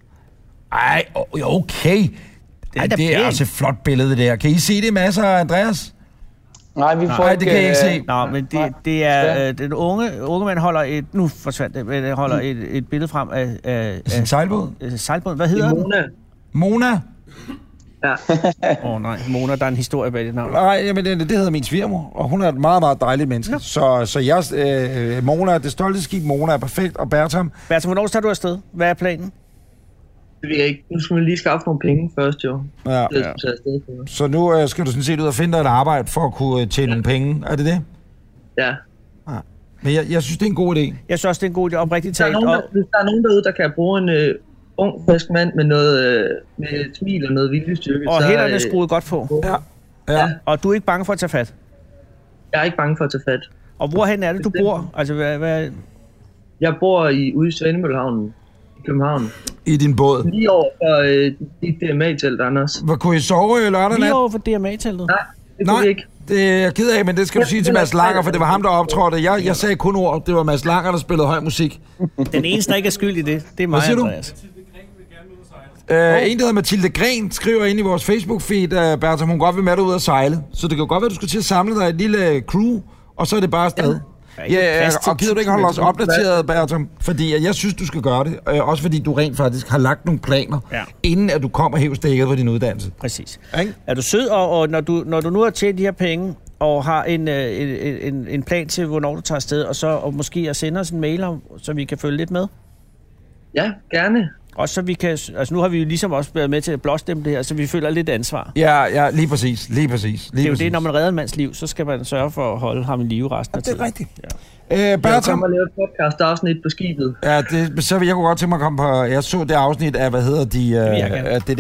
Ej, okay. Det er også et flot billede, det der. Kan I se det, Mads og Andreas? Nej, vi får det kan jeg ikke se. Nå, men det er den unge mand holder et... Nu forsvandt det, men holder et billede frem af sin sejlbåd? Sejlbåd, hvad hedder den? Mona? Ja. Nej, Mona, der er en historie bag det navn. Nej, jamen, det hedder min svigermor, og hun er et meget, meget dejligt menneske. Ja. Så jeg, Mona, det stolte skib, Mona er perfekt, og Bertram... Bertram, hvornår tager du afsted? Hvad er planen? Det ved jeg ikke. Nu skal man lige skaffe nogle penge først, jo. Ja. Så nu skal du sådan set ud og finde dig et arbejde for at kunne tjene nogle penge. Er det det? Ja. Men jeg synes, det er en god idé. Jeg synes også, det er en god idé, oprigtigt talt. Hvis der er nogen derude, der kan bruge en ung, frisk mand med noget med et smil og noget viljestyrke. Og hænderne er skruet godt på. Ja. Og du er ikke bange for at tage fat? Jeg er ikke bange for at tage fat. Og hvorhen er det, du bor? Altså, hvad... Jeg bor ude i Svanemøllehavnen i København. I din båd? Lige over for dit DMA-telt, Anders. Hvor kunne I sove lørdag nat? Lige over for DMA-teltet? Nej, det kunne vi ikke. Det er jeg ked af, men det skal du sige til Mads Langer, for det var ham, der optrådte. Jeg sagde kun ord. Det var Mads Langer, der spillede høj musik. Den eneste, der ikke er skyld i det er mig, Andreas. En, der hedder Mathilde Gren, skriver ind i vores Facebook-feed, Bertram, hun godt vil med dig ud at sejle. Så det kan godt være, at du skal til at samle dig et lille crew, og så er det bare afsted. Ja, og gider du ikke holde os opdateret, Bertram? Fordi jeg synes, du skal gøre det. Også fordi du rent faktisk har lagt nogle planer, inden at du kommer hævstikket på din uddannelse. Præcis. Er du sød, og når du nu har tjent de her penge, og har en plan til, hvornår du tager afsted, og måske at sende os en mail, så vi kan følge lidt med? Ja, gerne. Også så vi kan... Altså nu har vi jo ligesom også været med til at blåstemme det her, så vi føler lidt ansvar. Ja, lige præcis. Det er jo det, når man redder en mands liv, så skal man sørge for at holde ham i live resten af tiden. Det er rigtigt. Ja. Bertram... Jeg lave et podcast afsnit på skibet. Ja, så vil jeg kunne godt tænke mig at komme på... Jeg så det afsnit af, det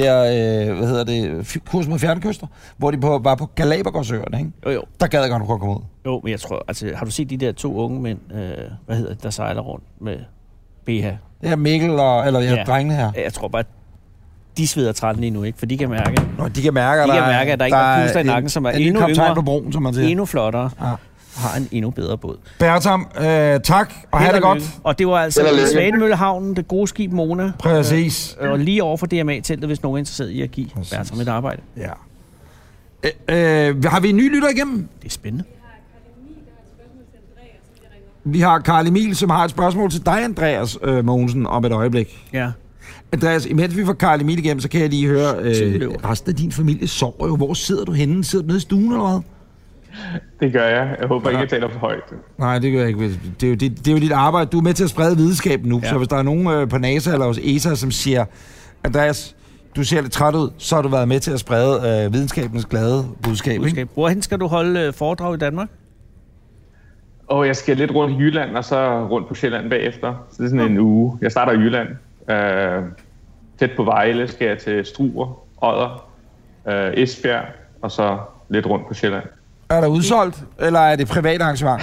der kurs mod fjerdekyster, hvor de var på Galapagosøerne, ikke? Jo. Der gad jeg godt komme ud. Jo, men jeg tror... Altså, har du set de der 2 unge mænd, der sejler rundt med BH? Ja, Mikkel drengene her. Jeg tror bare, de sveder trætten lige nu, ikke? For de kan mærke... De kan mærke, at der ikke er puster i nakken, som er endnu yngre, på broen, som man siger. Endnu flottere, har en endnu bedre båd. Bertram, tak, og have det godt. Og det var altså Svanemøllehavnen, det gode skib Mona. Præcis. Og lige over for DMA-teltet, hvis nogen er interesseret i at give Bertram et arbejde. Ja. Har vi en ny lytter igennem? Det er spændende. Vi har Karl Emil, som har et spørgsmål til dig, Andreas Mogensen, om et øjeblik. Ja. Andreas, imens vi får Carl Emil igennem, så kan jeg lige høre, resten af din familie sover jo. Hvor sidder du henne? Sidder du nede i stuen, eller hvad? Det gør jeg. Jeg håber ikke, jeg taler for højt. Nej, det gør jeg ikke. Det er jo dit arbejde. Du er med til at sprede videnskaben nu, så hvis der er nogen på NASA eller hos ESA, som siger, Andreas, du ser lidt træt ud, så har du været med til at sprede videnskabens glade budskab, ikke? Hvorhen skal du holde foredrag i Danmark? Jeg skal lidt rundt i Jylland, og så rundt på Sjælland bagefter. Så det er sådan en uge. Jeg starter i Jylland. Tæt på Vejle skal jeg til Struer, Odder, Esbjerg, og så lidt rundt på Sjælland. Er der udsolgt, eller er det privat arrangement?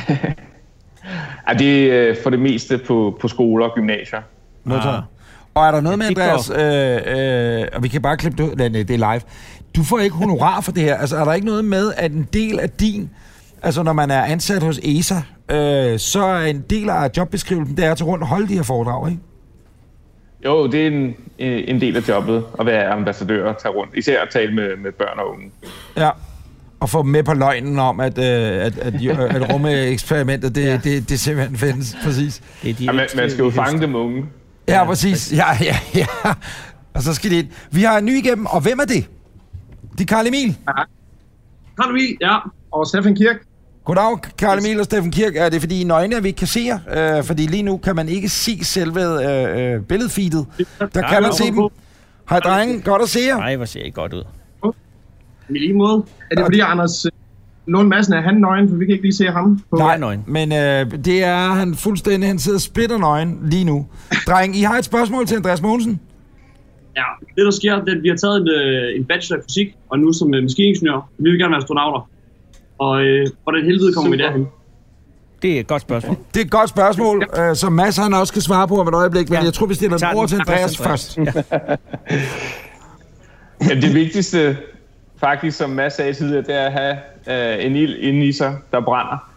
Det er for det meste på skoler og gymnasier. Og er der noget med, Andreas, og vi kan bare klippe det er live, du får ikke honorar for det her. Altså er der ikke noget med, at en del af din, altså når man er ansat hos ESA, så er en del af jobbeskrivelsen, det er at tage rundt og holde de her foredrag, ikke? Jo, det er en del af jobbet at være ambassadør og tage rundt. Især at tale med børn og unge. Ja, og få dem med på løgnen om, at rummeeksperimentet, det simpelthen findes, præcis. Man skal jo fange dem unge. Ja, præcis. Ja. Og så skal det ind. Vi har en ny igennem, og hvem er det? Det er Carl Emil. Carl Emil, ja. Og Steffen Kirk. Goddag, Carl Emil og Steffen Kirk. Er det fordi I nøgne, at vi ikke kan se jer? Fordi lige nu kan man ikke se selve billedfeedet. Der kan man se dem. Hej drenge, godt at se jer. Nej, hvor ser I godt ud. I lige måde. Er det fordi Anders Lund Madsen er han nøgen, for vi kan ikke lige se ham? Nej, men det er han fuldstændig. Han sidder splitter nøgen lige nu. Dreng, I har et spørgsmål til Andreas Mogensen? Ja, det der sker, det er, at vi har taget en bachelor i fysik, og nu som maskiningeniør. Vi vil gerne være astronauter. Og hvordan helvede kommer vi derhen? Det er et godt spørgsmål. Det er et godt spørgsmål, som Mads han også skal svare på om et øjeblik, men jeg tror, vi stiller den over til Andreas først. Ja, det vigtigste, faktisk, som Mads sagde tidligere, det er at have en ild inde i sig, der brænder.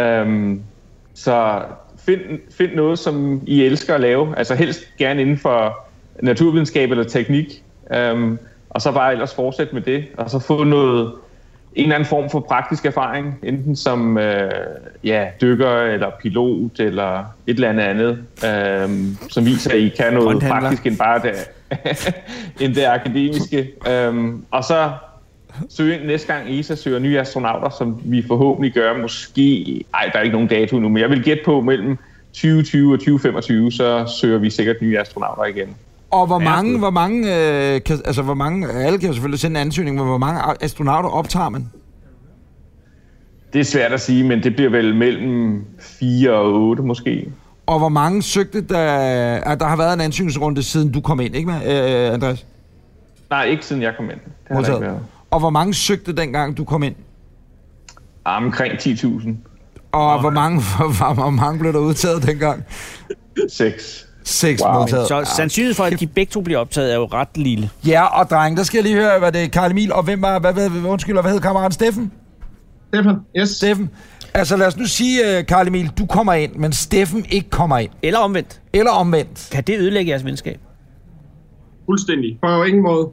Så find noget, som I elsker at lave, altså helst gerne inden for naturvidenskab eller teknik, og så bare ellers fortsætte med det, og så få en eller anden form for praktisk erfaring, enten som dykker eller pilot eller et eller andet, som viser, at I kan noget praktisk end bare det akademiske. Og så søge ind næste gang ESA søger nye astronauter, som vi forhåbentlig gør måske, der er ikke nogen dato nu, men jeg vil gætte på mellem 2020 og 2025, så søger vi sikkert nye astronauter igen. Og hvor mange, alle kan jo selvfølgelig sende en ansøgning, men hvor mange astronauter optager man? Det er svært at sige, men det bliver vel mellem 4 og 8 måske. Og hvor mange søgte, der har været en ansøgningsrunde, siden du kom ind, ikke med, Andreas? Nej, ikke siden jeg kom ind. Det har ikke været. Og hvor mange søgte dengang, du kom ind? Omkring 10.000. Og hvor mange blev der udtaget dengang? 6. 6 modtaget. Så sandsynligheden for, at de begge to bliver optaget, er jo ret lille. Ja, og dreng, der skal jeg lige høre, hvad det er Carl Emil, og hvad hed kammeraten Steffen? Steffen. Altså lad os nu sige, Carl Emil, du kommer ind, men Steffen ikke kommer ind. Eller omvendt. Kan det ødelægge jeres venskab? Fuldstændig. På ingen måde.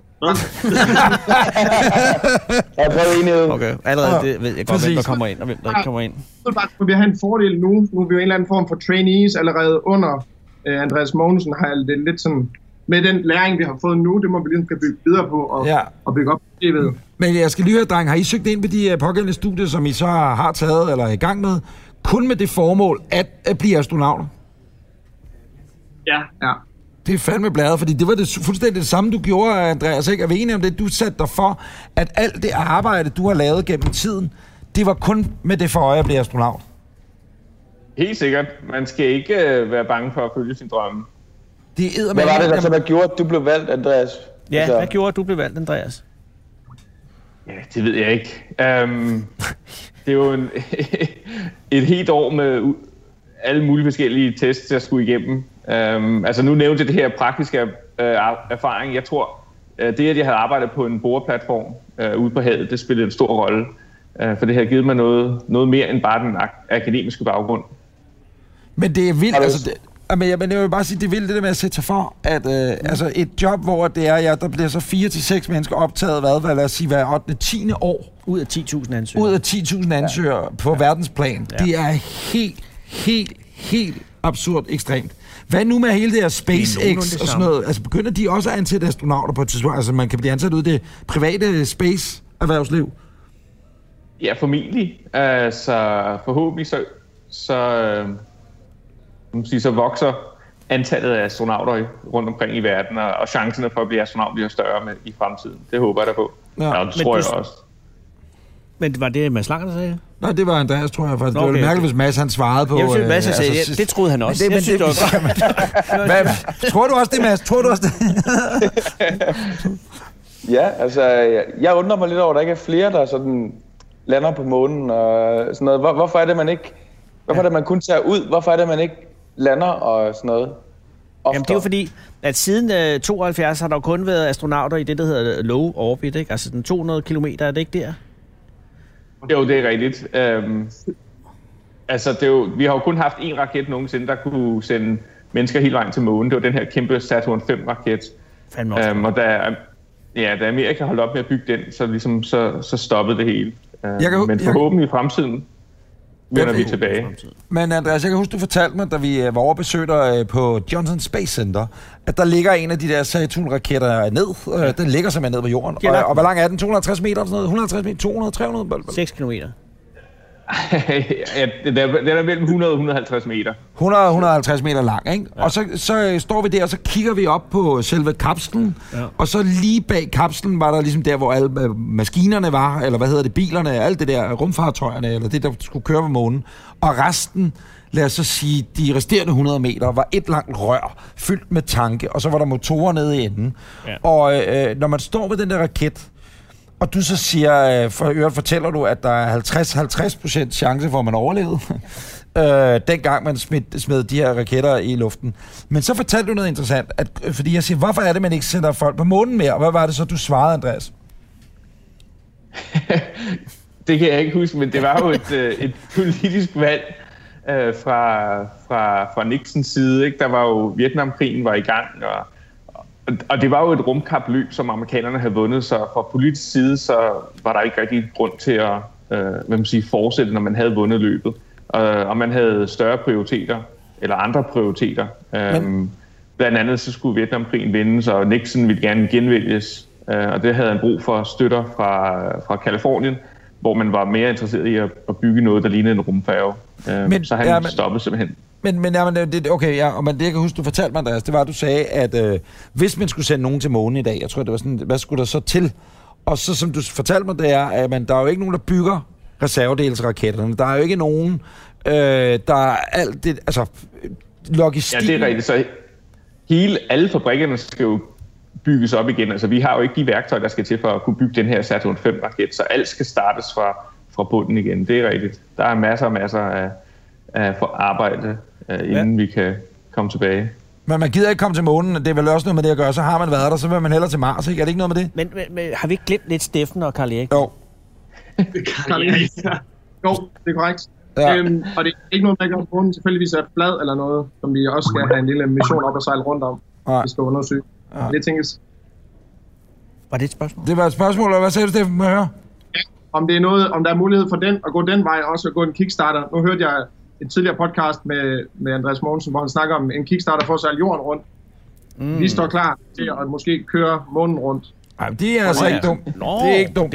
Okay, allerede det ved jeg godt, hvem der kommer ind, og hvem der ikke kommer ind. Vi har en fordel nu. Nu er vi jo en eller anden form for trainees allerede under Andreas Mogensen. Har det lidt sådan, med den læring, vi har fået nu, det må vi lige bygge videre på og bygge op. Men jeg skal lige høre, dreng, har I søgt ind på de pågældende studier, som I så har taget eller er i gang med, kun med det formål at blive astronauter? Ja. Det er fandme bladet, fordi det var det fuldstændig det samme, du gjorde, Andreas, ikke? Er vi enige om det? Du satte dig for, at alt det arbejde, du har lavet gennem tiden, det var kun med det for øje at blive astronaut. Helt sikkert. Man skal ikke være bange for at følge sin drømme. Hvad var det, der gjorde, at du blev valgt, Andreas? Ja, hvad gjorde, at du blev valgt, Andreas? Ja, det ved jeg ikke. Det er jo et helt år med alle mulige forskellige tests, jeg skulle igennem. Altså nu nævnte jeg det her praktiske erfaring. Jeg tror, det at jeg havde arbejdet på en boreplatform ude på havet, det spillede en stor rolle. For det har givet mig noget mere end bare den akademiske baggrund. Men det er vildt, altså... Men jeg vil bare sige, det er vildt det der med at sætte sig for, at altså et job, hvor det er, der bliver så 4 til 6 mennesker optaget, lad os sige, hver 8. 10. år. Ud af 10.000 ansøgere. Ud af 10.000 ansøgere på verdensplan. Ja. Det er helt absurd ekstremt. Hvad nu med hele det her SpaceX og sådan noget? Altså begynder de også at ansætte astronauter på et tidspunkt? Altså man kan blive ansat ud i det private space-erhvervsliv? Ja, formentlig. Altså forhåbentlig så vokser antallet af astronauter rundt omkring i verden, og chancerne for at blive astronaut bliver større i fremtiden. Det håber jeg da på. Ja, det tror jeg også. Men var det Mads Langer, der sagde? Nej, det var Andreas, tror jeg faktisk. Det var mærkeligt, hvis Mads han svarede på... Jeg synes, Mads sagde, det troede han også. Jeg synes, det var tror du også det, Mads? Tror du også det? Ja, altså, jeg undrer mig lidt over, at der ikke er flere, der sådan lander på månen og sådan noget. Hvorfor er det, man ikke... Hvorfor er det, man kun tager ud? Hvorfor er det, man ikke lander og sådan noget? Jamen, det er jo fordi, at siden 72 har der jo kun været astronauter i det, der hedder low orbit, ikke? Altså den 200 kilometer, er det ikke der? Jo, det er rigtigt. Altså, vi har jo kun haft én raket nogensinde, der kunne sende mennesker hele vejen til månen. Det var den her kæmpe Saturn 5-raket. Og da Amerika holdt op med at bygge den, så stoppede det hele. Men forhåbentlig i fremtiden vender vi tilbage. Men Andreas, jeg kan huske, du fortalte mig, da vi var over besøg på Johnson Space Center, at der ligger en af de der Saturn-raketter ned. Den ligger simpelthen ned på jorden. Og hvor lang er den? 250 meter eller sådan noget? 150 meter? 200? 300? 6 kilometer. Ja, den er mellem 100 og 150 meter. 100-150 meter lang, ikke? Ja. Og så står vi der, og så kigger vi op på selve kapslen, og så lige bag kapslen var der ligesom der, hvor alle maskinerne var, eller hvad hedder det, bilerne, alt det der, rumfartøjerne, eller det, der skulle køre på månen. Og resten, lad os så sige, de resterende 100 meter, var et langt rør, fyldt med tanke, og så var der motorer nede i enden. Ja. Og når man står ved den der raket, og du så siger, fortæller du, at der er 50% chance for, at man overlevede, dengang man smed de her raketter i luften. Men så fortalte du noget interessant, fordi jeg siger, hvorfor er det, man ikke sender folk på månen mere? Og hvad var det så, du svarede, Andreas? Det kan jeg ikke huske, men det var jo et politisk valg fra Nixons side. Ikke? Der var jo, Vietnamkrigen var i gang, og det var jo et rumkapløb, som amerikanerne havde vundet, så fra politisk side, så var der ikke rigtig grund til at fortsætte, når man havde vundet løbet. Og man havde større prioriteter, eller andre prioriteter. Blandt andet så skulle Vietnamkrigen vindes, og Nixon ville gerne genvælges, og det havde han brug for støtter fra Kalifornien, hvor man var mere interesseret i at bygge noget, der lignede en rumfærge. Så han stoppede simpelthen. Men det jeg kan huske, du fortalte mig, Andreas, det var, at du sagde, at hvis man skulle sende nogen til månen i dag, jeg tror, det var sådan, hvad skulle der så til? Og så som du fortalte mig, det er, at der er jo ikke nogen, der bygger reservedelsraketterne. Der er jo ikke nogen, der er alt det, altså logistik. Ja, det er rigtigt. Så alle fabrikkerne skal jo bygges op igen. Altså vi har jo ikke de værktøjer, der skal til for at kunne bygge den her Saturn 5-raket, så alt skal startes fra bunden igen. Det er rigtigt. Der er masser af arbejde, inden vi kan komme tilbage. Men man gider ikke komme til månen, det er vel også noget med det at gøre. Så har man været der, så vil man hellere til Mars, ikke? Er det ikke noget med det? Men har vi ikke glemt lidt Steffen og Karl Erik? Jo. Karl Erik, ja. Jo, det er korrekt. Ja. Og det er ikke noget, der gør på månen. Tilfældigvis er et blad eller noget, som vi også skal have en lille mission op og sejle rundt om. Vi skal undersøge. Ja. Det tænkes. Var det et spørgsmål? Det var et spørgsmål, og hvad sagde du, Steffen? Må jeg høre? Ja, om der er mulighed for at gå den vej, også at gå en Kickstarter. Nu hørte jeg et tidligere podcast med Andreas Mogensen, hvor han snakker om en Kickstarter for at sejle jorden rundt. Vi står klar til at måske køre månen rundt. Nej, det er altså ikke dumt. Det er ikke dumt.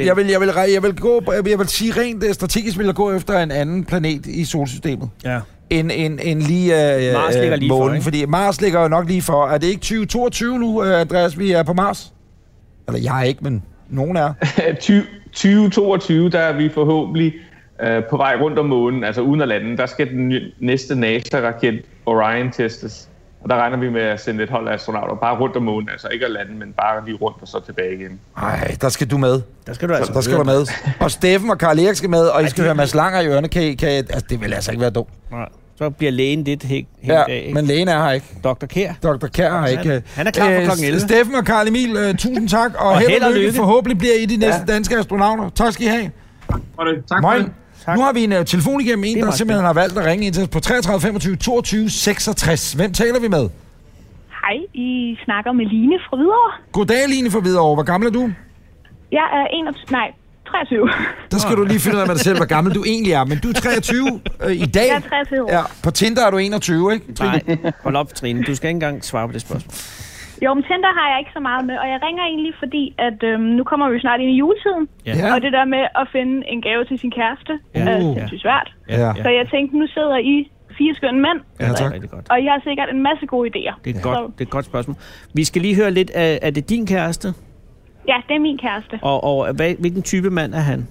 Jeg vil sige rent strategisk vil jeg gå efter en anden planet i solsystemet. Ja. En lige Mars ligger lige månen, fordi Mars ligger jo nok lige for. Er det ikke 2022 nu, Andreas, vi er på Mars? Eller jeg er ikke, men nogen er. 2022, der er vi forhåbentlig på vej rundt om månen, altså uden at lande. Der skal den næste NASA-raket Orion testes. Og der regner vi med at sende et hold af astronauter bare rundt om månen, altså ikke at lande, men bare lige rundt og så tilbage igen. Nej, der skal du med. Der skal du altså der skal du med. Og Steffen og Karl Erik skal med, og I skal høre Mads Langer i ørene. Altså, det vil altså ikke være dumt. Nej. Så bliver lægen lidt helt af. Men lægen er her ikke. Dr. Kjær. Dr. Kjær er ikke. Han er klar for kl. 11. Steffen og Karl Emil, tusind tak, og held og lykke. Forhåbentlig bliver I de næste danske astronauter. Tak skal I have. Tak for det. Nu har vi en telefon igennem en, der simpelthen har valgt at ringe ind til os på 33 25 22 66. Hvem taler vi med? Hej, I snakker med Line fra Hvidovre. Goddag, Line fra Hvidovre. Hvor gammel er du? Jeg er 23. Der skal du lige finde ud af med dig selv, hvor gammel du egentlig er. Men du er 23 i dag. Jeg er 23 år. Ja, på Tinder er du 21, ikke? Nej, hold op, Trine. Du skal ikke engang svare på det spørgsmål. Jo, men Tinder har jeg ikke så meget med, og jeg ringer egentlig, fordi at nu kommer vi snart ind i juletiden. Ja. Og det der med at finde en gave til sin kæreste er sindssygt svært. Ja. Så jeg tænkte, nu sidder I 4 skønne mænd, Ja, tak. og I har sikkert en masse gode idéer. Det er et godt spørgsmål. Vi skal lige høre lidt af, er det din kæreste? Ja, det er min kæreste. Og hvilken type mand er han?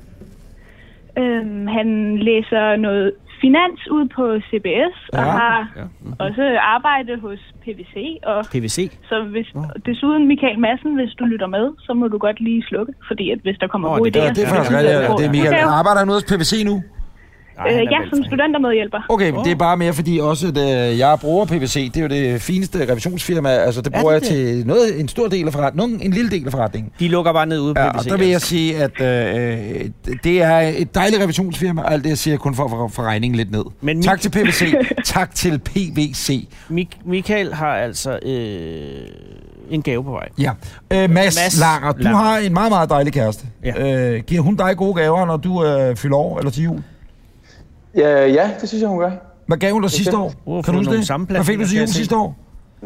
Han læser noget finans ud på CBS, og har også arbejde hos PwC. Og PwC? Så desuden Michael Madsen, hvis du lytter med, så må du godt lige slukke, fordi at hvis der kommer gode idéer... Det er faktisk rigtigt. Det er Michael. Arbejder han ude hos PwC nu? Ja, som studentermedhjælper. Okay, det er bare mere fordi også, at jeg bruger PwC. Det er jo det fineste revisionsfirma. Altså, det bruger jeg til en stor del af forretningen. En lille del af forretningen. De lukker bare ned ude på PwC. Og der vil jeg sige, at det er et dejligt revisionsfirma. Alt det, jeg siger, kun for at få regningen lidt ned. Men tak til PwC. Tak til PwC. Michael har altså en gave på vej. Ja. Mads Langer, du har en meget, meget dejlig kæreste. Ja. Giver hun dig gode gaver, når du fylder år eller til jul? Ja, det synes jeg, hun gør. Hvad gav hun dig sidste år? Kan du huske det? Hvad fik du til jul sidste år?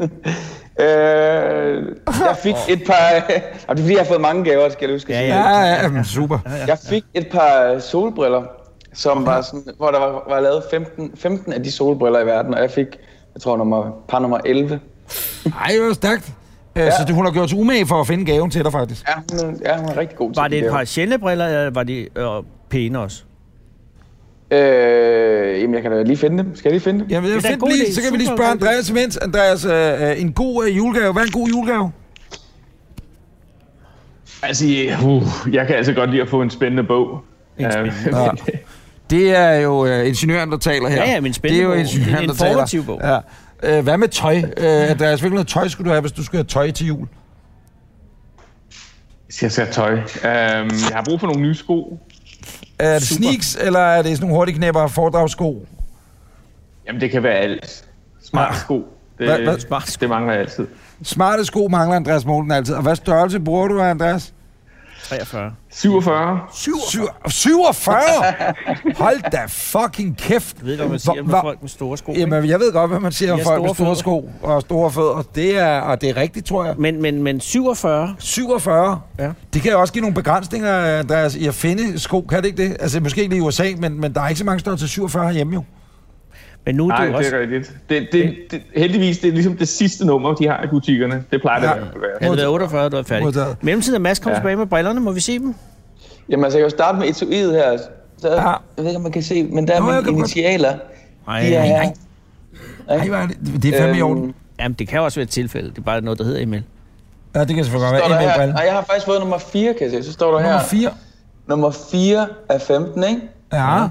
Jeg fik et par... det er fordi, jeg har fået mange gaver, skal jeg huske. Ja, super. Jeg fik et par solbriller, som var sådan, hvor der var lavet 15 af de solbriller i verden, og jeg fik, jeg tror, par nummer 11. Ej, det var stærkt. Så hun har gjort umage for at finde gaven til dig, faktisk. Ja, hun er rigtig god til Var det et par sjældne briller, eller var de pæne også? Jamen, jeg kan da lige finde dem. Skal jeg lige finde dem? Jamen, så kan vi lige spørge Andreas imens. Andreas, en god julegave. Hvad er en god julegave? Altså, jeg kan altså godt lide at få en spændende bog. Det er jo ingeniøren, der taler her. Ja, men spændende bog. Det er jo ingeniøren, der taler. En informativ bog. Ja. Hvad med tøj? Andreas, hvilket noget tøj skulle du have, hvis du skulle have tøj til jul? Jeg skal have tøj. Jeg har brug for nogle nye sko. Er det sneaks, eller er det sådan nogle hurtigknæpper foredragssko? Jamen, det kan være alt. Smarte sko. Det mangler jeg altid. Smarte sko mangler Andreas Mogensen altid. Og hvad størrelse bruger du, Andreas? 43. 47. 47? Hold da fucking kæft. Jeg ved godt, hvad man siger om folk med store sko. Jamen, jeg ved godt, hvad man siger om folk med store sko og store fødder. Det er rigtigt, tror jeg. Men 47? 47? Ja. Det kan jo også give nogle begrænsninger, Andreas, i at finde sko. Kan det ikke det? Altså, måske ikke lige i USA, men der er ikke så mange størrelser til 47 herhjemme jo. Men nu nej, det er rigtigt. Det, heldigvis, det er ligesom det sidste nummer, de har i butikkerne. Det plejer det at være. Ja, det er 48, du er færdig. Mellemtiden er Mads kommet tilbage med brillerne. Må vi se dem? Jamen, altså, jeg kan jo starte med etuiet her. Så, jeg ved ikke, om man kan se, men der er mine initialer. Nej. Det er fandme i orden. Jamen, det kan også være et tilfælde. Det er bare noget, der hedder Emil. Ja, det kan selvfølgelig godt være Emil-brille. Nej, jeg har faktisk fået nummer 4, kan jeg se. Så står der her. Nummer 4? Nummer 4 af 15, ikke? Ja.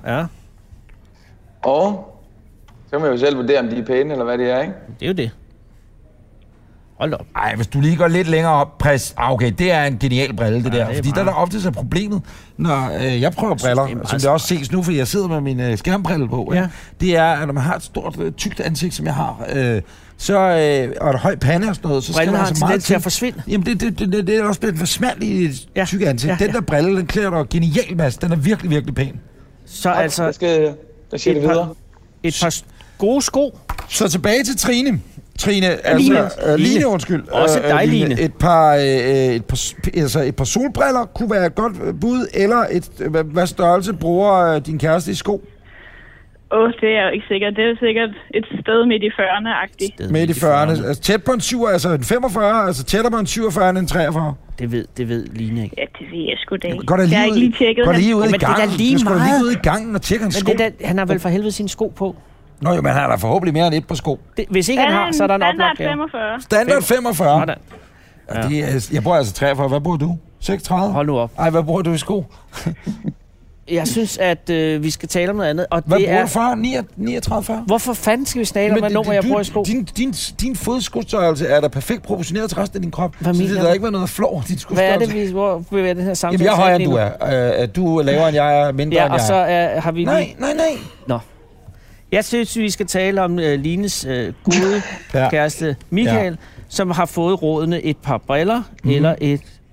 Og så kan man jo selv vurdere, om de er pæne, eller hvad det er, ikke? Det er jo det. Hold op. Ej, hvis du lige går lidt længere op, okay, det er en genial brille, det der. Fordi der ofte så problemet, når jeg prøver briller, som det også ses nu, fordi jeg sidder med min skærmbrille på, det er, at når man har et stort, tykt ansigt, som jeg har, og et højt pande og sådan noget, så skal man altså meget til at forsvinde. Jamen, det er også blevet for smalt i et tykke ansigt. Den der brille, den klæder dig genialt, Mads. Den er virkelig, virkelig pæn. Så altså... Jeg siger det videre. Et par gode sko. Så tilbage til Trine. Line, undskyld. Også dig, Line. Et par solbriller kunne være et godt bud, eller hvad størrelse bruger din kæreste i sko? Det er jo ikke sikkert. Det er jo sikkert et sted midt i 40'erne-agtigt. Midt i 40'erne. Altså tæt på en 7, altså en 45, altså tættere på en 47 end en 43. Det ved Line ikke. Ja, det ved jeg sgu da ikke. Jeg har ikke lige tjekket. Går lige ud i gangen. Du skal lige ud i gangen og tjekke hans sko. Han har vel for helvede sine sko på. Nå jo, men han har da forhåbentlig mere end et par sko. Hvis ikke han har, så er der en oplagt. Standard 45. Standard 45? Ja. Jeg bruger altså 43. Hvad bruger du? 36? Hold nu op. Ej, hvad bruger du i sko? Jeg synes, at vi skal tale om noget andet. Og hvad bruger du for? 39, 40? Hvorfor fanden skal vi tale om, hvad nummer jeg bruger i sko? Din fodskostørrelse er da perfekt proportioneret til resten af din krop. Så det der ikke være noget flår din skostørrelse. Hvad er det, hvor vil være den her samtale? Jamen, jeg er højere, end du er. Du er lavere, end jeg er, mindre, end jeg er. Ja, og så har vi lige... Nej. Nå. Jeg synes, vi skal tale om Lines gode kæreste Michael, som har fået rådene et par briller eller et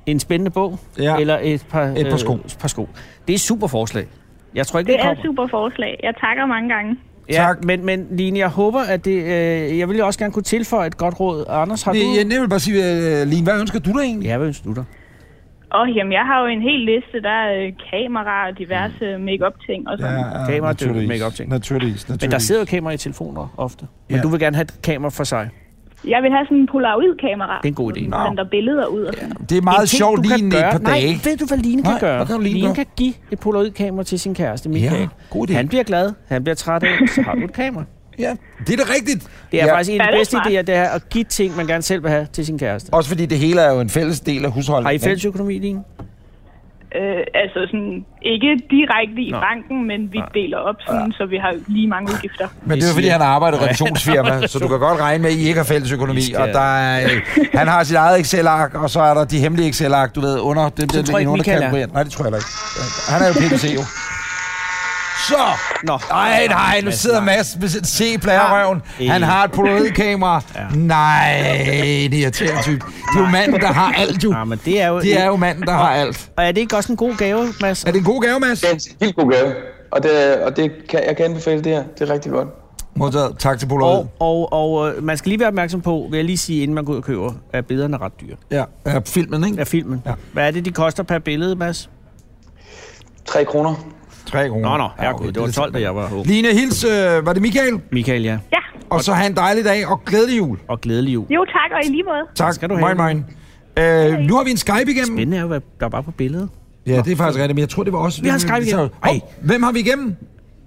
en spændende bog, eller et par sko. Det er et super forslag. Jeg tror ikke, det er et super forslag. Jeg takker mange gange. Ja, men Line, jeg håber, at det... jeg vil jo også gerne kunne tilføje et godt råd. Anders, har du... Jeg vil bare sige, Line, hvad ønsker du dig egentlig? Ja, hvad ønsker du dig? Jamen, jeg har jo en hel liste. Der er kamera og diverse make-up-ting og sådan. Ja, kamera og make-up-ting. Naturligvis. Men der sidder jo kamera i telefoner ofte. Men du vil gerne have et kamera for sig. Jeg vil have sådan en Polaroid-kamera. Det er en god idé. Som der billeder ud og sådan. Det er meget sjovt lige et par dage. Nej, ved du, hvad Line kan gøre? Line kan give et Polaroid-kamera til sin kæreste, Michael. Ja, god idé. Han bliver glad, han bliver træt af, så har du et kamera. Ja, det er da rigtigt. Det er faktisk en af de bedste idéer, det er at give ting, man gerne selv vil have til sin kæreste. Også fordi det hele er jo en fælles del af husholdningen. Har I fælles økonomi, Line? Altså sådan, ikke direkte i banken, men vi deler op, sådan, så vi har lige mange udgifter. Men det er fordi, han arbejder i et revisionsfirma, så du kan godt regne med, at I ikke har fælles økonomi. Og der er, han har sit eget Excel-ark, og så er der de hemmelige Excel-ark, du ved, under dem. Det tror jeg ikke, Michael er. Nej, det tror jeg ikke. Han er jo PVC jo. Så! Nej, nu sidder Mads med sit C-plærerøven. Han har et Polaroid-kamera. Nej, det er irriterende type. Det er jo manden, der har alt, jo. Men det er jo manden, der har alt. Og er det ikke også en god gave, Mads? Er det en god gave, Mads? Det er en helt god gave. Og jeg kan anbefale det her. Det er rigtig godt. Modtaget. Tak til Polaroid. Og man skal lige være opmærksom på, vil jeg lige sige, inden man går ud og køber, at billederne er ret dyre. Ja, filmen, ikke? Ja, filmen. Ja. Hvad er det, de koster per billede, Mads? 3 kroner. 3 kroner. Nå, herregud, det var 12, da jeg var ung. Line, hils, var det Michael? Michael, ja. Ja. Og så have en dejlig dag, og glædelig jul. Og glædelig jul. Jo, tak, og i lige måde. Tak, skal du have. Moin. Nu har vi en Skype igennem. Spændende er jo, hvad der var på billedet. Ja, det er faktisk rigtigt, men jeg tror, det var også... Vi har en Skype igennem. Hvem har vi igennem?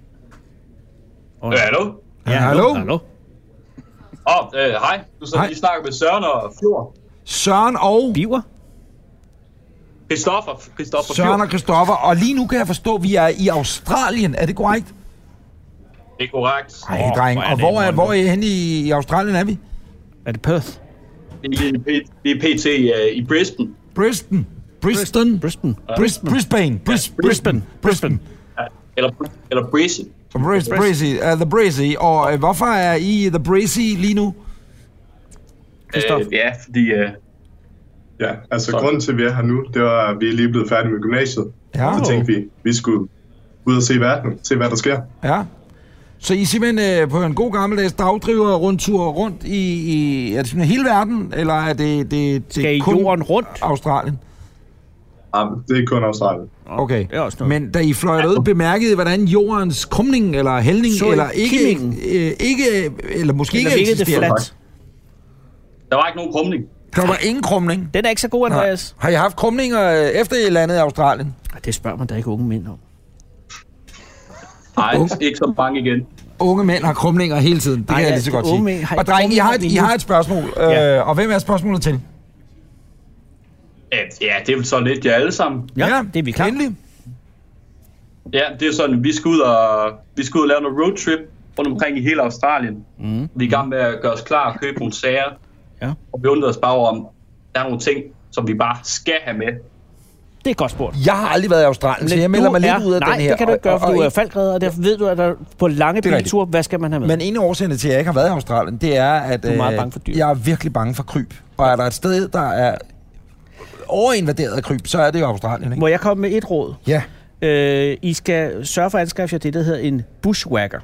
Hallo? Ja, hallo? Hej. Du så lige snakker med Søren og Fjord. Søren og... Biver? Christoffer Søren og Christoffer. Og lige nu kan jeg forstå, at vi er i Australien. Er det korrekt? Det er korrekt. Ej, dreng. Og hvor er I henne i Australien, er vi? Er det Perth? Det er PT i Brisbane. Brisbane. Eller Brizzy. The Brizzy. Og hvorfor er I i The Brizzy lige nu? Ja, fordi... Ja, altså grunden til, at vi er her nu, det var, at vi er lige blevet færdige med gymnasiet. Ja. Så tænkte vi skulle ud og se verden, se hvad der sker. Ja. Så I simpelthen på en god gammeldags dagdriver rundtur rundt i er det simpelthen hele verden, eller er det skal I kun jorden rundt? Australien? Ja, det er kun Australien. Okay, men da I fløj ud, bemærkede I, hvordan jordens krumning eller hældning, så eller ikke eller måske ikke eksisterer? Der var ikke nogen krumning. Der var ingen krumning. Den er ikke så god, Andreas. Har I haft krumninger efter I landede i Australien? Det spørger man da ikke unge mænd om. Nej, ikke så mange igen. Unge mænd har krumninger hele tiden, det kan jeg lige så godt sige. Og drenge, I har et spørgsmål, og hvem er spørgsmålet til? Ja, det er vel så lidt jer alle sammen. Ja, det er vi klar. Endelig. Ja, det er sådan, vi skal ud og lave noget roadtrip rundt omkring i hele Australien. Vi er i gang med at gøre os klar og købe nogle sager. Ja. Og vi undrer os bare om, der er nogle ting, som vi bare skal have med. Det er godt spurgt. Jeg har aldrig været i Australien, så jeg melder mig lidt ud af den her. Nej, det kan du ikke gøre, for du er faldredder, og derfor ved du, at der på lange bilture, hvad skal man have med? Men en af årsagerne til, at jeg ikke har været i Australien, det er, at du er meget bange for dyr. Jeg er virkelig bange for kryb. Og er der et sted, der er overinvaderet af kryb, så er det jo Australien, ikke? Må jeg komme med et råd? Ja. I skal sørge for at anskaffe jer det, der hedder en bushwhacker.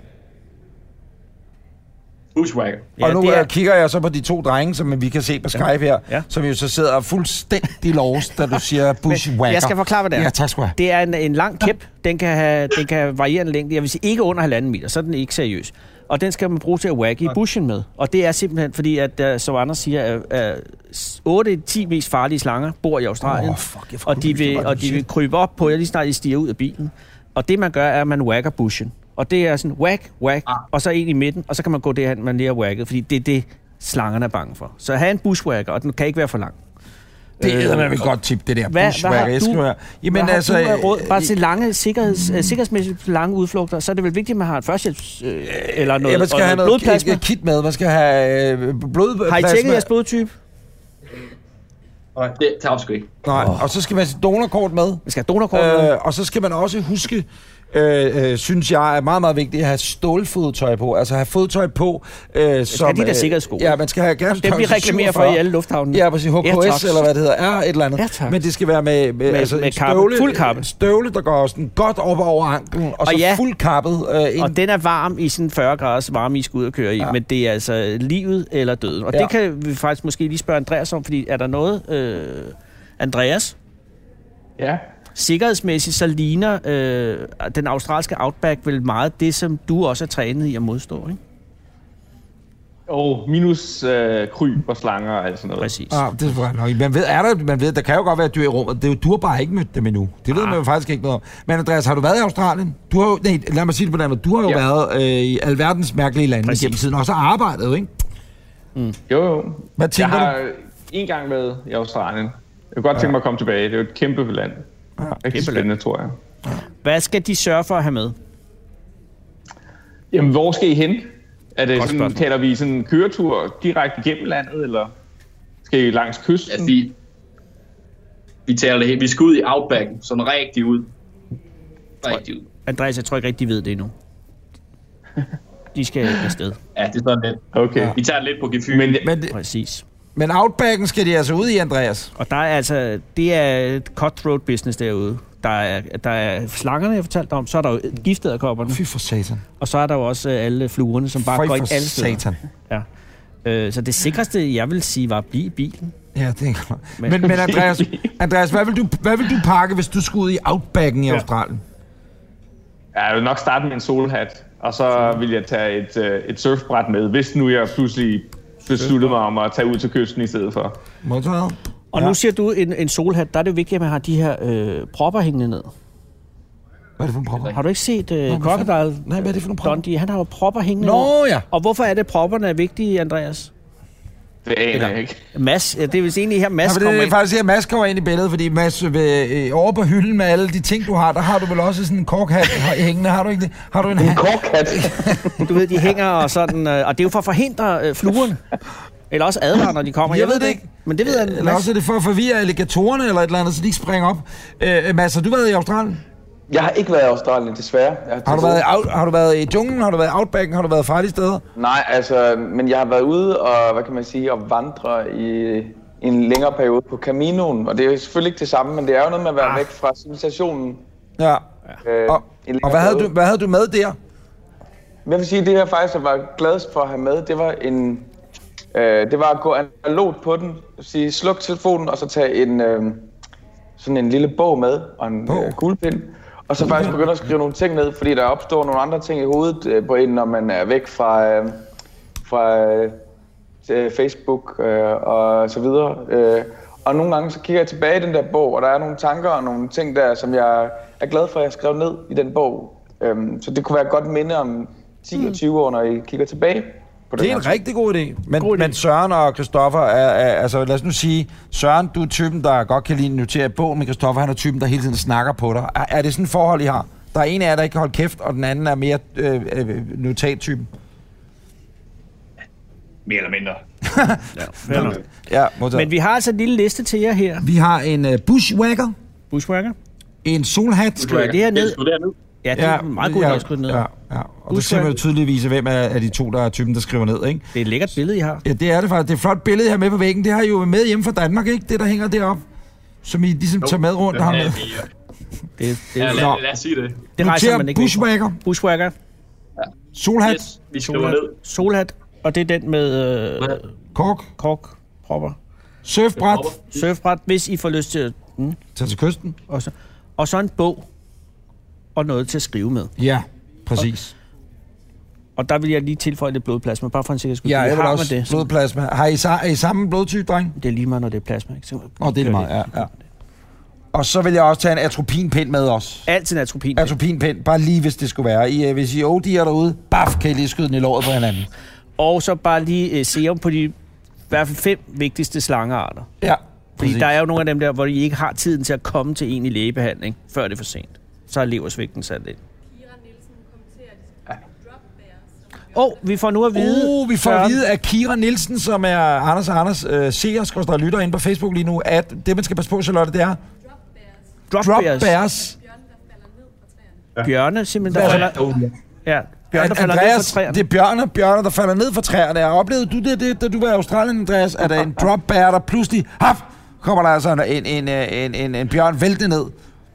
Bushwhacker. Ja, og nu kigger jeg så på de to drenge, som vi kan se på Skype her, som jo så sidder fuldstændig lost, da du siger bushwhacker. Jeg skal forklare, hvad det er. Ja, tak skal du have. Det er en lang kæp. Den kan have varierende længde. Jeg vil sige ikke under 1,5 meter, så er den ikke seriøs. Og den skal man bruge til at whacke i bushen med. Og det er simpelthen fordi, at som Anders siger, at 8-10 mest farlige slanger bor i Australien. Og de vil krybe op på jer, lige snart I stiger ud af bilen. Og det man gør, er, at man whacker bushen. Og det er sådan whack, og så en i midten, og så kan man gå derhen, man lige har whacket, fordi det er det, slangerne er bange for. Så have en bushwhacker, og den kan ikke være for lang. Det er et godt tip, det der bushwhacker. Jamen altså, råd? Bare til lange, sikkerhedsmæssigt lange udflugter, så er det vel vigtigt, at man har et førstehjælps eller noget, man skal have noget blodplasma. Kit med, man skal have blodplasma. Har I tjekket jeres blodtype? Nej, det tager sgu ikke. Nej, og så skal man have donorkort med. Vi skal have donorkort med. Og så skal man også huske, synes jeg er meget, meget vigtigt at have stålfodtøj på. Altså have fodtøj på, som... de der sikkerhedssko. Ja, man skal have gerne... Det vi reklamerer for i alle lufthavnene. Ja, præcis. HKS, eller hvad det hedder, er et eller andet. Airtox. Men det skal være med kappe, fuld kappe. Støvle, der går sådan godt op over anklen, og så fuld kappet. Og den er varm i sådan 40 graders varme, I skal ud og køre i. Men det er altså livet eller døden. Og det kan vi faktisk måske lige spørge Andreas om, fordi er der noget... Andreas? Ja? Sikkerhedsmæssigt så ligner den australske Outback vel meget det, som du også er trænet i at modstå, ikke? Minus kryb og slanger og alt sådan noget. Præcis. Det er nok. Man ved, der kan jo godt være dyr i rummet. Du har bare ikke mødt dem endnu. Det ved man jo faktisk ikke noget om. Men Andreas, har du været i Australien? Du har jo, lad mig sige det på den måde. Du har jo været i alverdens mærkelige lande gennem tiden, og så arbejdet, ikke? Jo. Hvad tænker jeg har en gang været i Australien. Jeg kunne godt tænke mig at komme tilbage. Det er jo et kæmpe land. Rigtig spændende, tror jeg. Hvad skal de sørge for at have med? Jamen, hvor skal I hen? Er det sådan, taler vi sådan en køretur direkte igennem landet, eller skal I langs kysten? Ja, vi taler det helt. Vi skal ud i Outbacken, sådan rigtig ud. Rigtig ud. Andreas, jeg tror ikke rigtig, de ved det endnu. De skal afsted. Ja, det er sådan lidt. Okay. Vi tager lidt på gefyren. Præcis. Men Outbacken skal de altså ud i, Andreas. Og der er altså, det er et cutthroat business derude. Der er slangerne, jeg fortalte om, så er der jo giftedderkopperne. Fy for satan. Og så er der jo også alle fluerne, som bare går ind alle steder. Satan. Ja. Så det sikreste, jeg vil sige, var at blive i bilen. Ja, det er klart. Men Andreas, hvad vil du pakke, hvis du skulle ud i Outbacken i Australien? Jeg vil nok starte med en solhat, og så vil jeg tage et surfbræt med, hvis nu jeg pludselig besluttede mig om at tage ud til kysten i stedet for. Modtaget. Og nu siger du en solhat, der er det jo vigtigt, at man har de her propper hængende ned. Hvad er det for en propper? Har du ikke set Crocodile? Nej, hvad er det for en propper? Dundee, han har jo propper hængende ned. Ja. Og hvorfor er det propperne er vigtige, Andreas? Det aner jeg ikke. Mads, det er vist egentlig her, Mads kommer ind. Det er faktisk her, Mads kommer ind i billedet, fordi Mads, over på hylden med alle de ting, du har, der har du vel også sådan en korkhat hængende, har du ikke det? Har du en korkhat? Du ved, de hænger og sådan, og det er jo for at forhindre fluerne. Eller også advarer, når de kommer. Jeg ved det ikke. Men det ved jeg. Eller også er det for at forvirre alligatorerne eller et eller andet, så de ikke springer op. Mads, har du været i Australien? Jeg har ikke været i Australien, desværre. Har du været i junglen? Har du været i Outbacken? Har du været farlige steder? Nej, altså, men jeg har været ude og, hvad kan man sige, og vandre i en længere periode på Caminoen. Og det er jo selvfølgelig ikke det samme, men det er jo noget med at være væk fra civilisationen. Ja. Og hvad havde du med der? Jeg vil sige, det jeg faktisk var gladest for at have med, det var det var at gå analogt på den, sige sluk telefonen og så tage sådan en lille bog med og en kuglepind. Og så faktisk begynde at skrive nogle ting ned, fordi der opstår nogle andre ting i hovedet på en, når man er væk fra Facebook og så videre. Og nogle gange så kigger jeg tilbage i den der bog, og der er nogle tanker og nogle ting der, som jeg er glad for, at jeg skrev ned i den bog. Så det kunne være et godt minde om 10 og 20 år, når I kigger tilbage. Det er en rigtig god idé. Men Søren og Christoffer altså lad os nu sige, Søren, du er typen, der godt kan lide at notere bog, men Christoffer, han er typen, der hele tiden snakker på dig. Er det sådan et forhold, I har? Der er en af jer, der ikke kan holde kæft, og den anden er mere notattypen. Mere eller mindre. Men vi har altså en lille liste til jer her. Vi har en bushwhacker. En solhat. Skriver det her ned? Ja, det er meget godt at skrive ned. Ja. Og det ser man jo tydeligvis, hvem af de to, der er typen, der skriver ned, ikke? Det er et lækkert billede, I har. Ja, det er det faktisk. Det er et flot billede her med på væggen. Det har I jo med hjemme fra Danmark, ikke? Det, der hænger deroppe. Som I ligesom tager med rundt og har med. Lad os sige det. Det rejser man ikke. Bushwhacker. Ja. Solhat. Yes, vi skriver ned. Solhat. Og det er den med... Korkpropper. Surfbræt, hvis I får lyst til at... Tage til kysten. Og så en bog. Og noget til at skrive med. Ja, præcis. Og der vil jeg lige tilføje lidt blodplasma, bare for en sikkerheds skyld. Ja, jeg vil også det. Blodplasma. Er I samme blodtype, dreng? Det er lige meget, når det er plasma, ikke? Det er lige meget, ja. Og så vil jeg også tage en atropinpind med os. Altid en atropinpind. Atropinpind, bare lige hvis det skulle være. Hvis I OD'er derude, kan I lige skyde den i låret på hinanden. Og så bare lige serum på de i hvert fald 5 vigtigste slangearter. Ja, fordi der er jo nogle af dem der, hvor I ikke har tiden til at komme til en i lægebehandling, før det er for sent. Så er leversvigten sat ind. Vi får nu at vide... vi får at vide af Kira Nielsen, som er Anders seer, lytter inde på Facebook lige nu, at det, man skal passe på, Charlotte, det er... Drop bears. Bjørne, simpelthen, der falder... Ja, bjørne, der falder ned fra træerne. Det er bjørne, der falder ned fra træerne. Jeg oplevede du det, da du var i Australien, Andreas? Er der en drop bear, der pludselig... kommer der altså en bjørn væltende ned.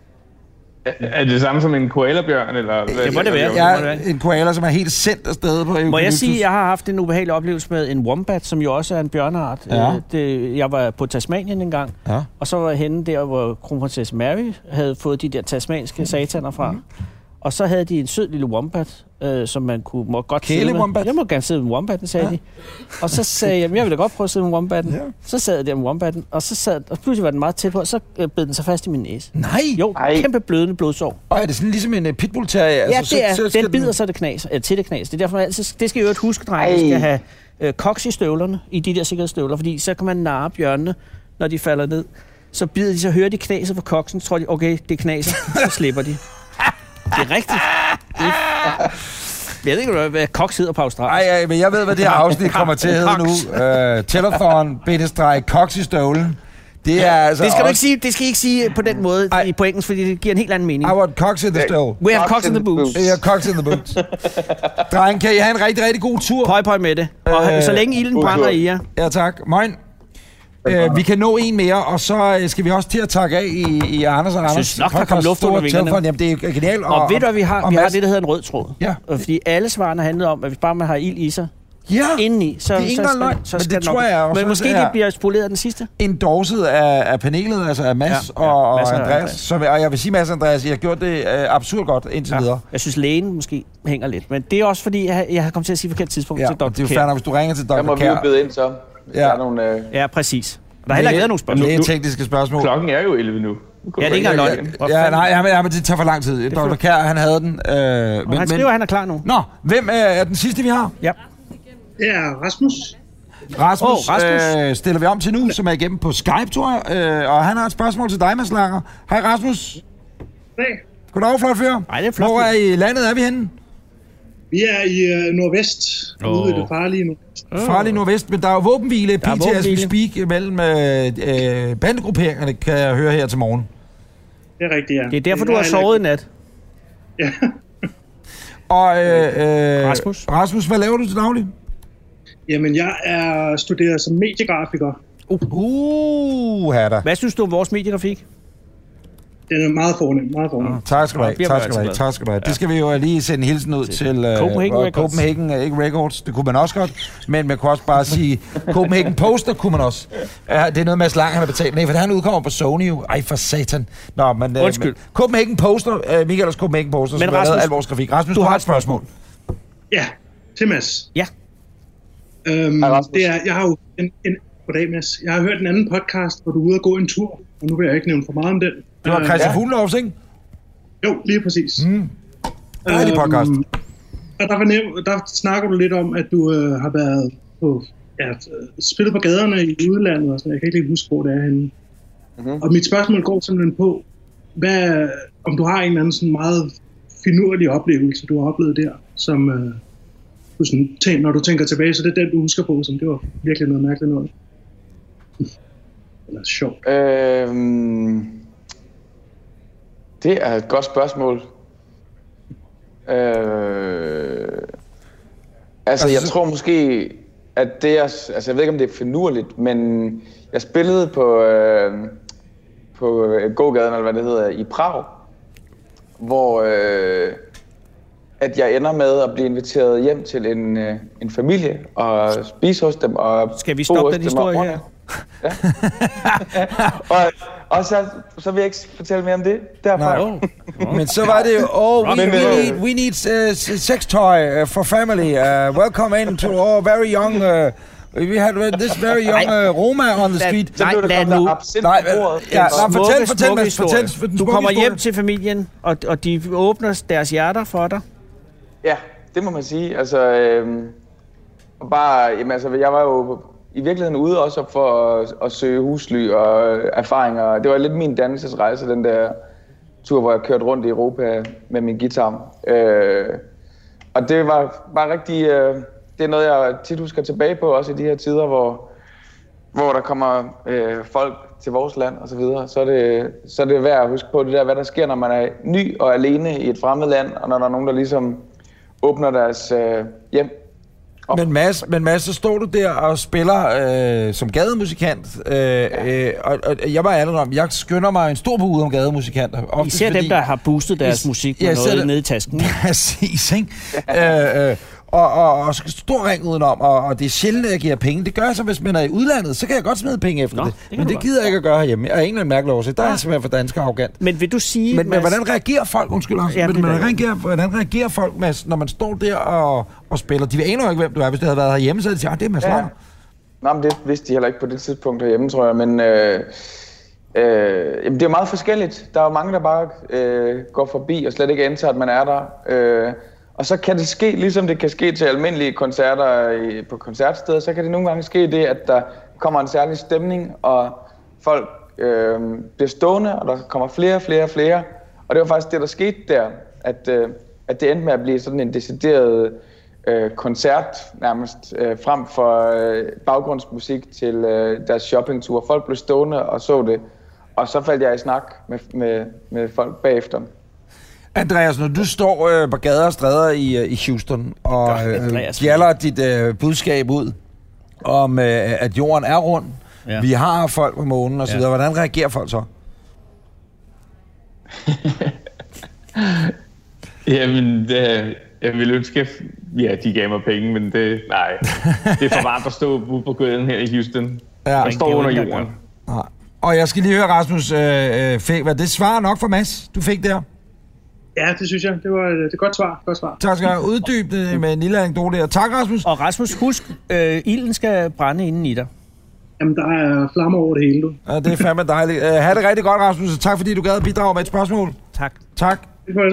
Er det samme som en koalabjørn, eller? Det må det være. Ja, en koala, som er helt sendt afsted på eukalyptus. Må jeg sige, at jeg har haft en ubehagelig oplevelse med en wombat, som jo også er en bjørneart. Ja. Jeg var på Tasmanien en gang, og så var jeg henne der, hvor kronprinsesse Mary havde fået de der tasmanske sataner fra. Og så havde de en sød lille wombat, som man må godt sidde med. Jeg må gerne sidde med wombatten, sagde de. Og så sagde jeg vil da godt prøve at sidde med wombatten. Ja. Så sad jeg der med wombatten, og pludselig var den meget tæt på, og så bed den sig fast i min næse. Nej! Jo, kæmpe blødende blodsår. Og er det sådan ligesom en pitbull-terrier? Ja, altså, det er. Den bider så det knas, til det knas. Det er derfor, det skal jo et huske, drenge. skal have koks i støvlerne, i de der sikkerhedsstøvler, fordi så kan man narre bjørnene, når de falder ned. Så bider de, så hører de knaset fra koksen, så tror de, okay, det knaser, så slipper de. Det er rigtigt. Jeg ved ikke, hvad koks hedder på Australien. Nej, men jeg ved, hvad det her afsnit kommer til at hedde nu. Telethon-koks i støvlen. Det er altså det skal du ikke sige. Det skal I ikke sige på den måde på engelsk, fordi det giver en helt anden mening. I want cocks in the stove. We have cocks in the boots. We have cocks in the boots. Dreng, kan I have en rigtig, rigtig god tur? Pøj med det. Og så længe ilden brænder i jer. Ja, tak. Moin. Vi kan nå en mere, og så skal vi også til at takke af i Anders og Anders. Jeg synes nok, der kommer luft under vingerne. Jamen, det er genialt. Og ved du, hvad vi har? Vi har det, der hedder en rød tråd. Ja. Fordi alle svarene handlede om, at hvis bare man har ild i sig, indeni, så det er ikke engang så skal det tror jeg også. Men måske det bliver spoleret den sidste. Endorset af panelet, altså af Mads og Andreas. Og jeg vil sige, Mads og Andreas, I har gjort det absurd godt indtil videre. Jeg synes, lægen måske hænger lidt. Men det er også fordi, jeg har kommet til at sige forkert tidspunkt til Dr. Det er jo færdigt, hvis du ringer til Dr. Kjær. Jeg må vi jo bede ind så. Ja, præcis. Der er heller ikke været nogen spørgsmål. Lægetekniske spørgsmål. Klokken er jo 11 nu. Ja, det er ikke engang løgn. Ja, men det tager for lang tid. Dr. Kjær, han havde den. Men han skriver, at han er klar nu. Nå, hvem er den sidste, vi har? Ja. Det er Rasmus. Rasmus stiller vi om til nu, som er igennem på Skype, tror jeg. Og han har et spørgsmål til dig, Mads Langer. Hej, Rasmus. Hej. Goddag, flot fyr. Nej, det er flot. Hvor er i landet er vi henne? Vi er i Nordvest. Ude i det farlige Nordvest. Farlige Nordvest, men der er jo våbenhvile, PT as we speak, mellem bandegrupperingerne, kan jeg høre her til morgen. Det er rigtigt, ja. Det er derfor, du har sovet i nat. Ja. Og Rasmus, hvad laver du til daglig? Jamen, jeg er studeret som mediegrafiker. Hatter. Hvad synes du om vores mediegrafik? Den er meget fornem, Tak skal du have. Det skal vi jo lige sende en hilsen ud til Copenhagen, ikke Records, det kunne man også godt, men man kunne også bare sige, Copenhagen Poster kunne man også. Det er noget, Mads Lang han har betalt. Nej, for han udkommer på Sony jo. Ej, for satan. Nå, men Copenhagen Poster, Michaels Copenhagen Poster, som har lavet al vores grafik. Rasmus, du har et spørgsmål. Ja, til Mads. Ja. Det er, jeg har jo goddag, Mads. Jeg har hørt en anden podcast, hvor du er ude og gå en tur, og nu vil jeg ikke nævne for meget om den. Det var Christian Fuglendorfs, ikke? Jo, lige præcis. Dejlig podcast. Og der snakker du lidt om, at du har været på, spillet på gaderne i udlandet, og så jeg kan ikke lige huske, hvor det er henne. Og mit spørgsmål går simpelthen på, om du har en eller anden sådan meget finurlig oplevelse, du har oplevet der, som du sådan, når du tænker tilbage, så det er den, du husker på, som det var virkelig noget mærkeligt noget. Eller sjovt. Det er et godt spørgsmål. Jeg tror måske, at det er... jeg ved ikke, om det er finurligt, men jeg spillede på gågaden, eller hvad det hedder, i Prag, hvor at jeg ender med at blive inviteret hjem til en familie og spise hos dem. Og skal vi stoppe den historie her? Ja. og så vil jeg ikke fortælle mere om det derfra. Men så var det jo, we need sex toy for family. Welcome in to our very young... we had this very young Roma on the street. Lad nu. Fortæl. Du kommer hjem til familien, og de åbner deres hjerter for dig. Ja, det må man sige. Jeg var jo i virkeligheden ude også for at søge husly og erfaringer. Det var lidt min dannelsesrejse, den der tur, hvor jeg kørte rundt i Europa med min guitar. Og det var bare rigtig... det er noget, jeg tit husker tilbage på, også i de her tider, hvor der kommer folk til vores land og så videre, så er det værd at huske på det der, hvad der sker, når man er ny og alene i et fremmed land, og når der er nogen, der ligesom åbner deres hjem. Men Mads, så står du der og spiller som gademusikant, og jeg var ærlig om, jeg skynder mig en stor bude om gademusikanter. Især dem, der har boostet deres musik med noget nede i tasken. Præcis, ikke? Og stor ring udenom, og det er sjældent, at jeg giver penge. Det gør jeg så, hvis man er i udlandet, så kan jeg godt smide penge efter det. Men det gider jeg ikke at gøre herhjemme. Jeg er ingen mærkelig årsag. Der er simpelthen for dansk og arrogant. Men vil du sige... Men hvordan reagerer folk, hvordan reagerer folk, Mads, når man står der og spiller? De aner jo ikke, hvem du er. Hvis det havde været herhjemme, så havde de sagt, det er Mads Langer. Nej, men det vidste de heller ikke på det tidspunkt herhjemme, tror jeg. Men det er meget forskelligt. Der er jo mange, der bare går forbi og slet ikke antager, at man er der. Og så kan det ske, ligesom det kan ske til almindelige koncerter på koncertsteder, så kan det nogle gange ske det, at der kommer en særlig stemning, og folk bliver stående, og der kommer flere. Og det var faktisk det, der skete der, at det endte med at blive sådan en decideret koncert nærmest, frem for baggrundsmusik til deres shoppingtur. Folk blev stående og så det, og så faldt jeg i snak med folk bagefter. Andreas, når du står på gader og stræder i Houston og gjalder dit budskab ud om, at jorden er rund, vi har folk på månen osv., hvordan reagerer folk så? Jamen, jeg ville ønske, at de gav mig penge, men det er for varmt at stå ude på gaden her i Houston. Jeg står under jorden. Og jeg skal lige høre, Rasmus, var det svar nok for Mads, du fik der? Ja, det synes jeg. Det var et godt svar. Tak skal jeg uddybe det med en lille anekdote der. Tak, Rasmus. Og Rasmus, husk, ilden skal brænde inden i dig. Jamen, der er flammer over det hele, du. Ja, det er fandme dejligt. Ha' det rigtig godt, Rasmus, og tak fordi du gad at bidrage med et spørgsmål. Tak.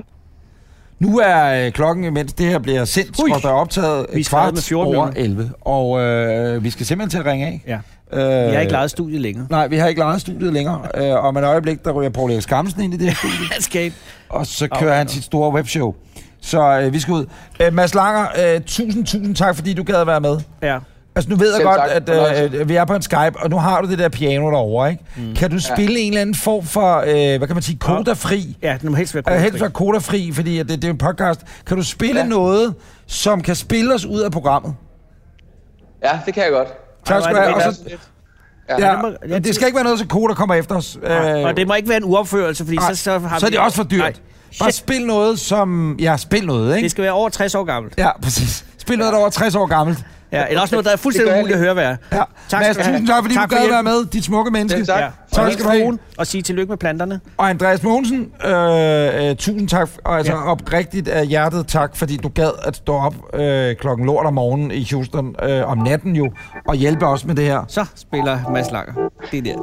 Nu er klokken, mens det her bliver sendt, og der er optaget kvart over 11. Og vi skal simpelthen til at ringe af. Ja. Vi har ikke lejet studiet længere. Nej, vi har ikke lejet studiet længere. Om et øjeblik, der ryger Poul Erik Skammelsen ind i det her studie. Og så kører han sit store webshow. Så vi skal ud. Mads Langer, tusind tak, fordi du gad at være med. Ja. Altså, nu ved jeg godt, at vi er på en Skype, og nu har du det der piano derovre, ikke? Kan du spille en eller anden form for, hvad kan man sige, kodafri? Ja, den må helst være kodafri. Helst være kodafri, fordi det er en podcast. Kan du spille noget, som kan spille os ud af programmet? Ja, det kan jeg godt. Tak skal du have. Det skal ikke være noget, så koder kommer efter os. Og det må ikke være en uopførelse, fordi så har så er det også for dyrt. Bare spil noget, som... Ja, spil noget, ikke? Det skal være over 60 år gammelt. Ja, præcis. Spil noget, der er over 60 år gammelt. Ja, eller også noget, der er fuldstændig umuligt at høre være. Ja. Tak, Mads, tusind tak, fordi du gad at være med, dit smukke menneske. Tak. Ja. Tak skal du have. Og sige tillykke med planterne. Og Andreas Mogensen, tusind tak, og altså oprigtigt af hjertet tak, fordi du gad at stå op klokken lort om morgenen i Houston om natten jo, og hjælpe os med det her. Så spiller Mads Langer. Det er der.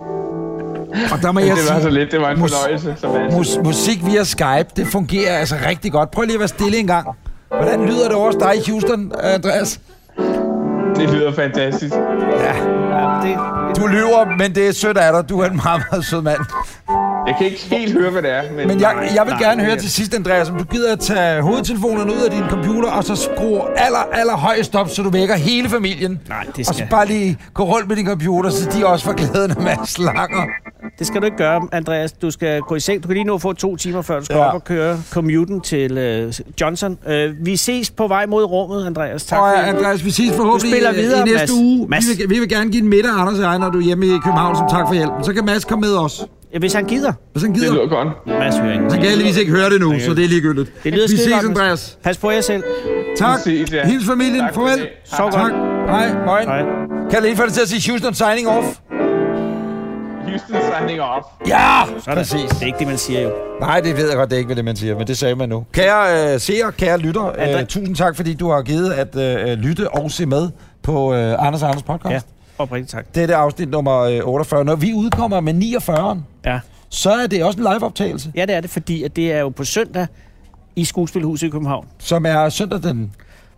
Og der må jeg det var så lidt, det var en fornøjelse. Musik via Skype, det fungerer altså rigtig godt. Prøv lige at være stille en gang. Hvordan lyder det over dig i Houston, Andreas? Det lyder fantastisk. Ja. Du lyver, men det er sødt af dig. Du er en meget, meget sød mand. Jeg kan ikke helt høre, hvad det er. Men jeg vil gerne høre til sidst, Andreas, om du gider at tage hovedtelefonerne ud af din computer, og så skrue aller højst op, så du vækker hele familien. Nej, det skal... Og så bare lige gå rundt med din computer, så de også får glæden af Mads Langer. Det skal du ikke gøre, Andreas. Du skal gå i seng. Du kan lige nå at få 2 timer, før du skal op og køre commuten til Johnson. Vi ses på vej mod rummet, Andreas. Tak for Andreas, vi ses forhåbentlig videre, i næste uge. Vi vil gerne give en middag, Anders og jeg, når du er hjemme i København, som tak for hjælpen. Så kan Mads komme med os. Ja, hvis han gider. Det lyder godt. Mads hører ikke. Så kan jeg heldigvis ikke høre det nu, så det er ligegyldigt. Det lyder vi ses, godt, Andreas. Pas på jer selv. Tak. Hils familien. Tak farvel. Tak. Hej. Kan jeg lige få det til at sige Houston signing off? Houston signing off. Ja, præcis. Det er ikke det, man siger jo. Nej, det ved jeg godt, det er ikke det, man siger, men det sagde man nu. Kære seere, kære lytter, tusind tak, fordi du har givet at lytte og se med på Anders og Anders podcast. Ja, oprigtigt tak. Det er det afsnit nummer 48. Når vi udkommer med 49'eren, så er det også en liveoptagelse. Ja, det er det, fordi at det er jo på søndag i Skuespilhuset i København. Som er søndag den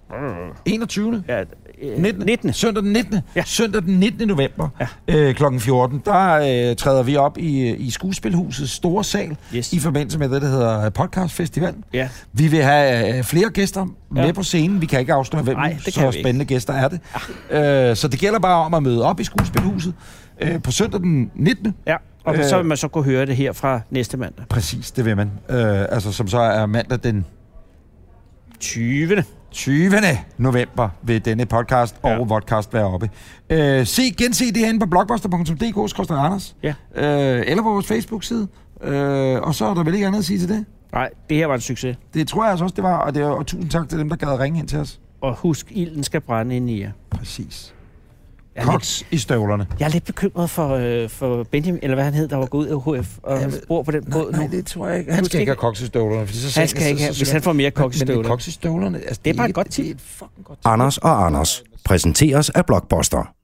21. Ja, 19. Søndag den 19. Ja. Søndag den 19. november klokken 14, der træder vi op i Skuespilhusets store sal i forbindelse med det, der hedder Podcast Festival. Ja. Vi vil have flere gæster med på scenen. Vi kan ikke afsløre, hvem så spændende gæster er det. Så det gælder bare om at møde op i Skuespilhuset på søndag den 19. Ja, og så vil man så kunne høre det her fra næste mandag. Præcis, det vil man. Altså som så er mandag den 20. november vil denne podcast og vodcast være oppe. Gense det herinde på blogbuster.dk/Anders. Ja. Eller på vores Facebook-side. Og så er der vel ikke andet at sige til det? Nej, det her var en succes. Det tror jeg altså også, det var. Og tusind tak til dem, der gad at ringe ind til os. Og husk, ilden skal brænde ind i jer. Præcis. Koks i støvlerne. Jeg er lidt bekymret for Benjamin, eller hvad han hed, der var gået ud af HF og bor på den båd nu. Nej, det tror jeg ikke. Han skal ikke have koks i støvlerne. Han skal ikke have, hvis han får mere koks i støvlerne. Men koks i støvlerne, altså, det er bare et godt tip. Anders og Anders præsenteres af Blockbuster.